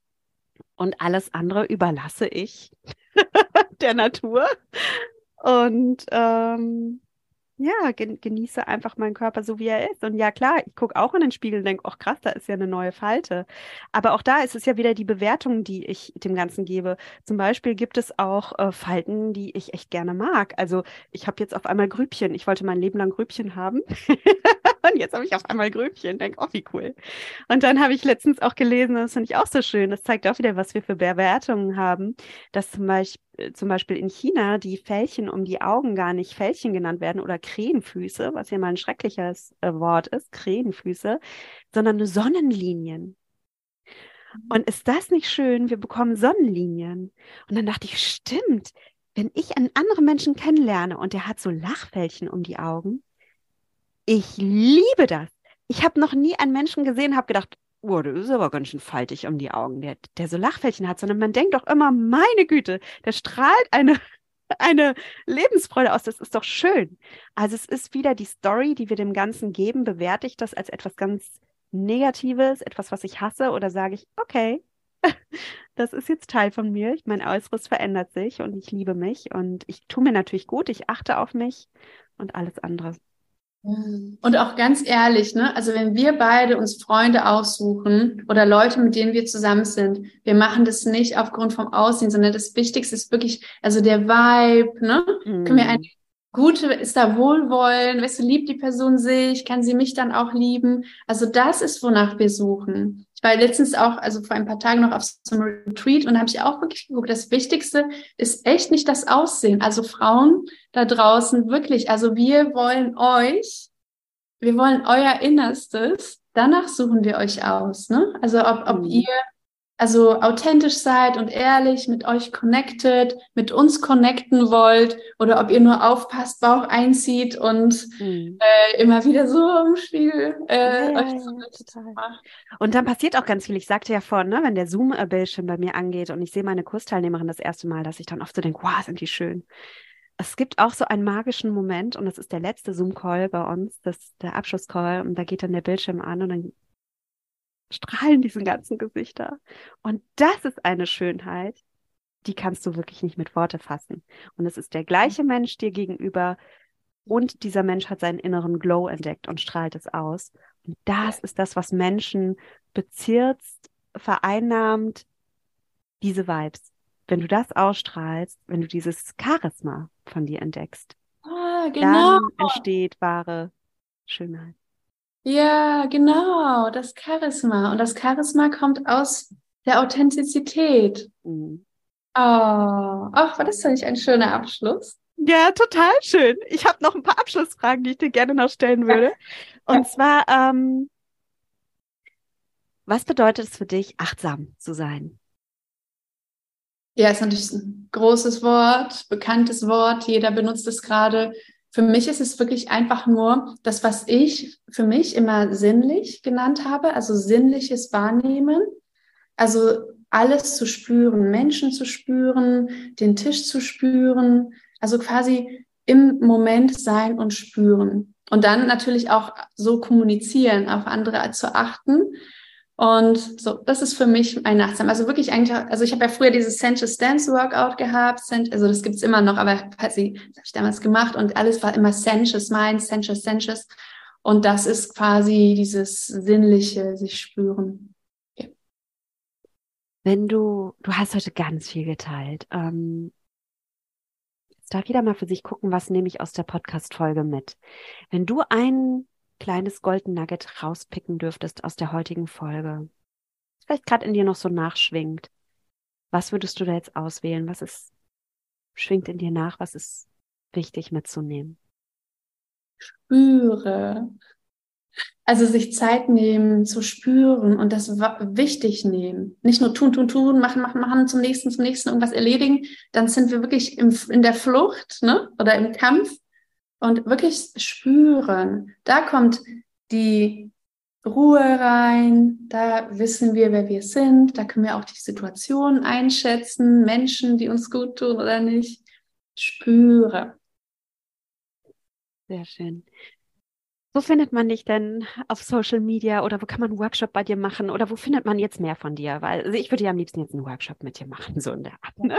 und alles andere überlasse ich der Natur. Und ähm, ja, gen genieße einfach meinen Körper so, wie er ist. Und ja, klar, ich gucke auch in den Spiegel und denke, ach krass, da ist ja eine neue Falte. Aber auch da ist es ja wieder die Bewertung, die ich dem Ganzen gebe. Zum Beispiel gibt es auch äh, Falten, die ich echt gerne mag. Also ich habe jetzt auf einmal Grübchen. Ich wollte mein Leben lang Grübchen haben. Und jetzt habe ich auf einmal Grübchen. Denke, oh, wie cool. Und dann habe ich letztens auch gelesen, das finde ich auch so schön, das zeigt auch wieder, was wir für Bewertungen haben, dass zum Beispiel, zum Beispiel in China die Fältchen um die Augen gar nicht Fältchen genannt werden oder Krähenfüße, was ja mal ein schreckliches äh, Wort ist, Krähenfüße, sondern nur Sonnenlinien. Und ist das nicht schön? Wir bekommen Sonnenlinien. Und dann dachte ich, stimmt, wenn ich einen anderen Menschen kennenlerne und der hat so Lachfältchen um die Augen, ich liebe das. Ich habe noch nie einen Menschen gesehen, habe gedacht, oh, der ist aber ganz schön faltig um die Augen, der, der so Lachfältchen hat, sondern man denkt doch immer, meine Güte, der strahlt eine, eine Lebensfreude aus, das ist doch schön. Also es ist wieder die Story, die wir dem Ganzen geben, bewerte ich das als etwas ganz Negatives, etwas, was ich hasse, oder sage ich, okay, das ist jetzt Teil von mir, mein Äußeres verändert sich und ich liebe mich und ich tue mir natürlich gut, ich achte auf mich und alles andere. Und auch ganz ehrlich, ne, also wenn wir beide uns Freunde aussuchen oder Leute, mit denen wir zusammen sind, wir machen das nicht aufgrund vom Aussehen, sondern das Wichtigste ist wirklich, also der Vibe, ne? Mm. Können wir eine gute, ist da Wohlwollen, weißt du, liebt die Person sich, kann sie mich dann auch lieben? Also das ist, wonach wir suchen. Ich war letztens auch, also vor ein paar Tagen noch auf so einem Retreat und da habe ich auch wirklich geguckt, das Wichtigste ist echt nicht das Aussehen. Also Frauen da draußen, wirklich, also wir wollen euch, wir wollen euer Innerstes, danach suchen wir euch aus, ne? Also ob, ob Mhm. ihr also authentisch seid und ehrlich mit euch connected, mit uns connecten wollt oder ob ihr nur aufpasst, Bauch einzieht und Mhm. äh, immer wieder so im Spiegel äh, Ja, ja, euch ja, zurecht total. macht. Und dann passiert auch ganz viel. Ich sagte ja vorhin, ne, wenn der Zoom-Bildschirm bei mir angeht und ich sehe meine Kursteilnehmerin das erste Mal, dass ich dann oft so denke, wow, sind die schön. Es gibt auch so einen magischen Moment und das ist der letzte Zoom-Call bei uns, das ist der Abschlusscall und da geht dann der Bildschirm an und dann strahlen diese ganzen Gesichter. Und das ist eine Schönheit, die kannst du wirklich nicht mit Worte fassen. Und es ist der gleiche Mensch dir gegenüber und dieser Mensch hat seinen inneren Glow entdeckt und strahlt es aus. Und das ist das, was Menschen bezirzt, vereinnahmt, diese Vibes. Wenn du das ausstrahlst, wenn du dieses Charisma von dir entdeckst, Ah, genau. dann entsteht wahre Schönheit. Ja, genau. Das Charisma. Und das Charisma kommt aus der Authentizität. Mhm. Oh, ach, war das doch nicht ein schöner Abschluss? Ja, total schön. Ich habe noch ein paar Abschlussfragen, die ich dir gerne noch stellen würde. Und zwar, ähm, was bedeutet es für dich, achtsam zu sein? Ja, ist natürlich ein großes Wort, bekanntes Wort. Jeder benutzt es gerade. Für mich ist es wirklich einfach nur das, was ich für mich immer sinnlich genannt habe, also sinnliches Wahrnehmen. Also alles zu spüren, Menschen zu spüren, den Tisch zu spüren, also quasi im Moment sein und spüren. Und dann natürlich auch so kommunizieren, auf andere zu achten. Und so, das ist für mich ein Achtsam. Also wirklich eigentlich, also ich habe ja früher dieses Sensuous Dance Workout gehabt, also das gibt's immer noch, aber quasi, das habe ich damals gemacht und alles war immer Sensuous Mind, Sensuous, Sensuous. Und das ist quasi dieses sinnliche, sich spüren. Wenn du, du hast heute ganz viel geteilt. Ähm, jetzt darf jeder mal für sich gucken, was nehme ich aus der Podcast-Folge mit. Wenn du ein kleines Golden Nugget rauspicken dürftest aus der heutigen Folge, vielleicht gerade in dir noch so nachschwingt, was würdest du da jetzt auswählen? Was ist, schwingt in dir nach? Was ist wichtig mitzunehmen? Spüre. Also sich Zeit nehmen, zu spüren und das wichtig nehmen. Nicht nur tun, tun, tun, machen, machen, machen, zum nächsten, zum nächsten irgendwas erledigen. Dann sind wir wirklich im, in der Flucht, ne? Oder im Kampf und wirklich spüren. Da kommt die Ruhe rein, da wissen wir, wer wir sind, da können wir auch die Situation einschätzen, Menschen, die uns gut tun oder nicht. spüre. Sehr schön. Wo findet man dich denn auf Social Media oder wo kann man einen Workshop bei dir machen oder wo findet man jetzt mehr von dir? Weil also ich würde ja am liebsten jetzt einen Workshop mit dir machen, so in der Art. Ne?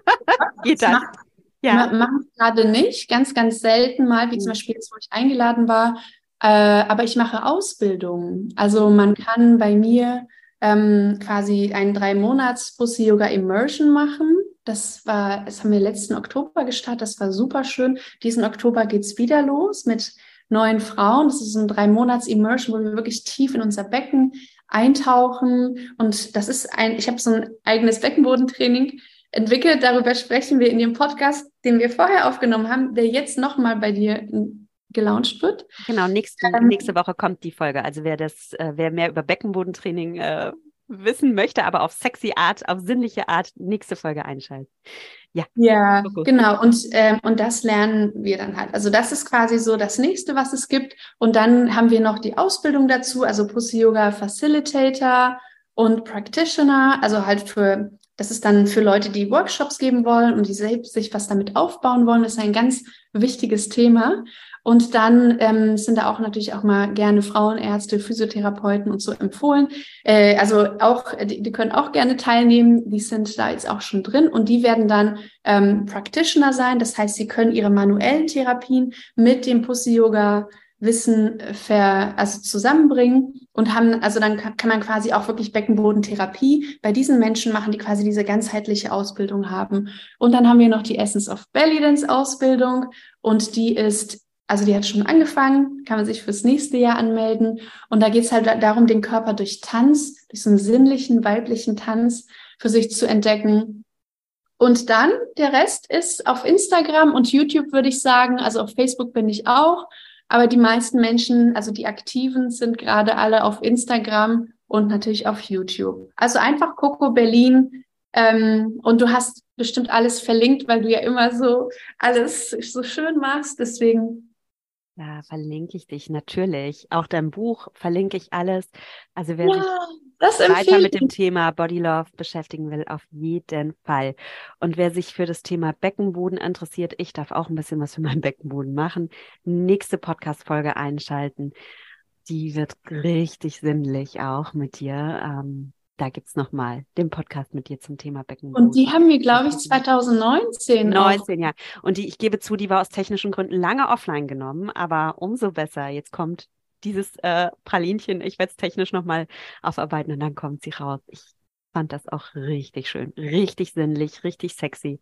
Geht das? Macht, ja. Mache ich gerade nicht, ganz, ganz selten mal, wie mhm. zum Beispiel jetzt, wo ich eingeladen war. Äh, aber ich mache Ausbildungen. Also man kann bei mir ähm, quasi einen drei Monats Pussy Yoga Immersion machen. Das war, das haben wir letzten Oktober gestartet. Das war super schön. Diesen Oktober geht's wieder los mit neuen Frauen. Das ist ein drei Monats Immersion, wo wir wirklich tief in unser Becken eintauchen. Und das ist ein, ich habe so ein eigenes Beckenbodentraining entwickelt. Darüber sprechen wir in dem Podcast, den wir vorher aufgenommen haben, der jetzt nochmal bei dir gelauncht wird. Genau, nächste, ähm, nächste Woche kommt die Folge. Also wer das, äh, wer mehr über Beckenbodentraining äh, wissen möchte, aber auf sexy Art, auf sinnliche Art, nächste Folge einschalten. Ja, ja, genau. Und, ähm, und das lernen wir dann halt. Also das ist quasi so das Nächste, was es gibt. Und dann haben wir noch die Ausbildung dazu, also Pussy Yoga Facilitator und Practitioner, also halt für, das ist dann für Leute, die Workshops geben wollen und die selbst sich was damit aufbauen wollen. Das ist ein ganz wichtiges Thema. Und dann ähm, sind da auch natürlich auch mal gerne Frauenärzte, Physiotherapeuten und so empfohlen. Äh, also auch, die, die können auch gerne teilnehmen. Die sind da jetzt auch schon drin und die werden dann ähm, Practitioner sein. Das heißt, sie können ihre manuellen Therapien mit dem Pussy-Yoga-Wissen ver, also zusammenbringen und haben, also dann kann, kann man quasi auch wirklich Beckenbodentherapie bei diesen Menschen machen, die quasi diese ganzheitliche Ausbildung haben. Und dann haben wir noch die Essence of Belly Dance Ausbildung und die ist Also die hat schon angefangen, kann man sich fürs nächste Jahr anmelden. Und da geht es halt darum, den Körper durch Tanz, durch so einen sinnlichen, weiblichen Tanz für sich zu entdecken. Und dann, der Rest ist auf Instagram und YouTube, würde ich sagen. Also auf Facebook bin ich auch. Aber die meisten Menschen, also die Aktiven, sind gerade alle auf Instagram und natürlich auf YouTube. Also einfach Coco Berlin. Ähm, und du hast bestimmt alles verlinkt, weil du ja immer so alles so schön machst. Deswegen... Ja, verlinke ich dich natürlich. Auch dein Buch verlinke ich alles. Also wer ja, sich weiter mit dem Thema Body Love beschäftigen will, auf jeden Fall. Und wer sich für das Thema Beckenboden interessiert, ich darf auch ein bisschen was für meinen Beckenboden machen. Nächste Podcast-Folge einschalten. Die wird richtig sinnlich auch mit dir. Ähm, Da gibt es nochmal den Podcast mit dir zum Thema Beckenboden. Und die haben wir, glaube ich, zwanzig neunzehn neunzehn, ja. Und die, ich gebe zu, die war aus technischen Gründen lange offline genommen, aber umso besser. Jetzt kommt dieses äh, Pralinchen, ich werde es technisch nochmal aufarbeiten und dann kommt sie raus. Ich fand das auch richtig schön, richtig sinnlich, richtig sexy.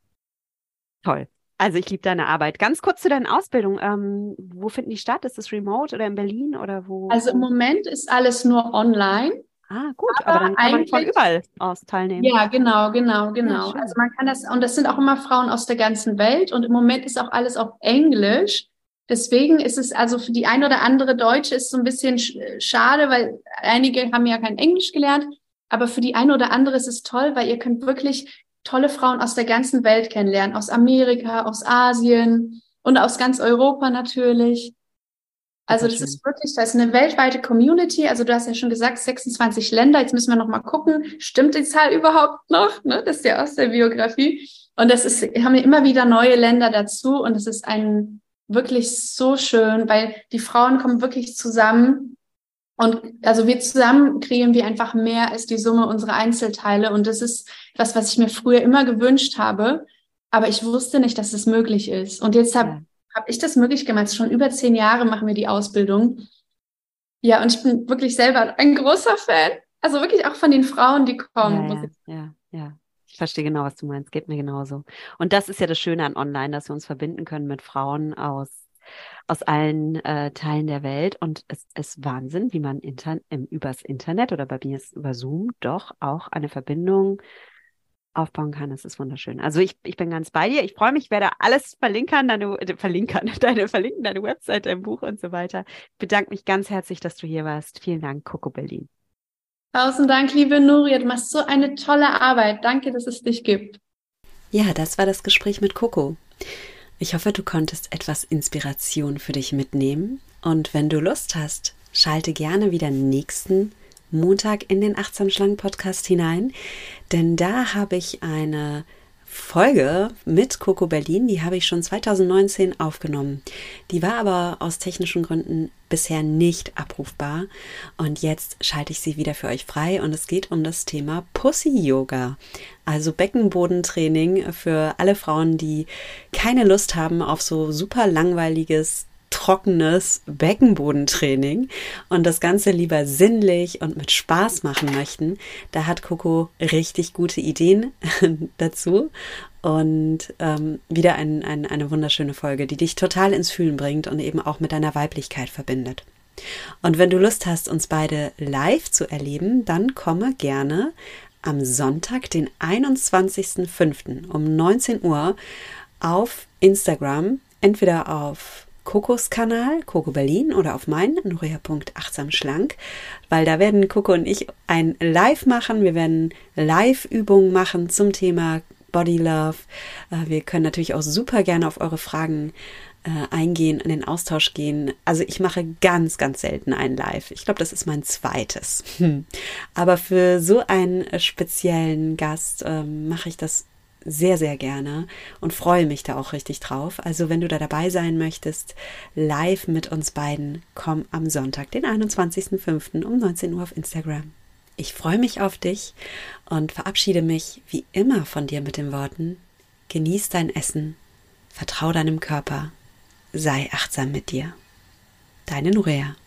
Toll. Also ich liebe deine Arbeit. Ganz kurz zu deiner Ausbildung. Ähm, wo finden die statt? Ist das remote oder in Berlin oder wo? Also im Moment ist alles nur online. Ah, gut, aber, aber dann kann man von überall aus teilnehmen. Ja, genau, genau, genau. Ja, also man kann das, und das sind auch immer Frauen aus der ganzen Welt und im Moment ist auch alles auf Englisch. Deswegen ist es also für die ein oder andere Deutsche ist so ein bisschen schade, weil einige haben ja kein Englisch gelernt, aber für die eine oder andere ist es toll, weil ihr könnt wirklich tolle Frauen aus der ganzen Welt kennenlernen, aus Amerika, aus Asien und aus ganz Europa natürlich. Also das ist wirklich, das ist eine weltweite Community. Also du hast ja schon gesagt, sechsundzwanzig Länder. Jetzt müssen wir noch mal gucken, stimmt die Zahl überhaupt noch? Ne? Das ist ja aus der Biografie. Und das ist, haben wir immer wieder neue Länder dazu. Und es ist ein wirklich so schön, weil die Frauen kommen wirklich zusammen. Und also wir zusammen kreieren wir einfach mehr als die Summe unserer Einzelteile. Und das ist was, was ich mir früher immer gewünscht habe. Aber ich wusste nicht, dass es möglich ist. Und jetzt habe ja. habe ich das möglich gemacht. Schon über zehn Jahre machen wir die Ausbildung. Ja, und ich bin wirklich selber ein großer Fan. Also wirklich auch von den Frauen, die kommen. Ja, ja, ja, ja. Ich verstehe genau, was du meinst. Geht mir genauso. Und das ist ja das Schöne an Online, dass wir uns verbinden können mit Frauen aus, aus allen äh, Teilen der Welt. Und es ist Wahnsinn, wie man inter- im, übers Internet oder bei mir ist über Zoom doch auch eine Verbindung aufbauen kann. Das ist wunderschön. Also ich, ich bin ganz bei dir. Ich freue mich, ich werde alles verlinken, deine, äh, verlinken, deine, verlinken, deine Website, dein Buch und so weiter. Ich bedanke mich ganz herzlich, dass du hier warst. Vielen Dank, Coco Berlin. Tausend Dank, liebe Nuria. Du machst so eine tolle Arbeit. Danke, dass es dich gibt. Ja, das war das Gespräch mit Coco. Ich hoffe, du konntest etwas Inspiration für dich mitnehmen. Und wenn du Lust hast, schalte gerne wieder nächsten Montag in den Achtsam Schlank Podcast hinein, denn da habe ich eine Folge mit Coco Berlin, die habe ich schon zwanzig neunzehn aufgenommen. Die war aber aus technischen Gründen bisher nicht abrufbar und jetzt schalte ich sie wieder für euch frei und es geht um das Thema Pussy-Yoga, also Beckenbodentraining für alle Frauen, die keine Lust haben auf so super langweiliges, trockenes Beckenbodentraining und das Ganze lieber sinnlich und mit Spaß machen möchten. Da hat Coco richtig gute Ideen dazu und ähm, wieder ein, ein, eine wunderschöne Folge, die dich total ins Fühlen bringt und eben auch mit deiner Weiblichkeit verbindet. Und wenn du Lust hast, uns beide live zu erleben, dann komme gerne am Sonntag, den einundzwanzigsten fünften um neunzehn Uhr auf Instagram, entweder auf Cocos Kanal, Coco Berlin oder auf meinen, nuria punkt achtsam schlank, weil da werden Coco und ich ein Live machen. Wir werden Live-Übungen machen zum Thema Body Love. Wir können natürlich auch super gerne auf eure Fragen äh, eingehen, in den Austausch gehen. Also ich mache ganz, ganz selten ein Live. Ich glaube, das ist mein zweites. Hm. Aber für so einen speziellen Gast äh, mache ich das sehr, sehr gerne und freue mich da auch richtig drauf. Also wenn du da dabei sein möchtest, live mit uns beiden, komm am Sonntag, den einundzwanzigsten fünften um neunzehn Uhr auf Instagram. Ich freue mich auf dich und verabschiede mich wie immer von dir mit den Worten: Genieß dein Essen, vertrau deinem Körper, sei achtsam mit dir. Deine Nuria.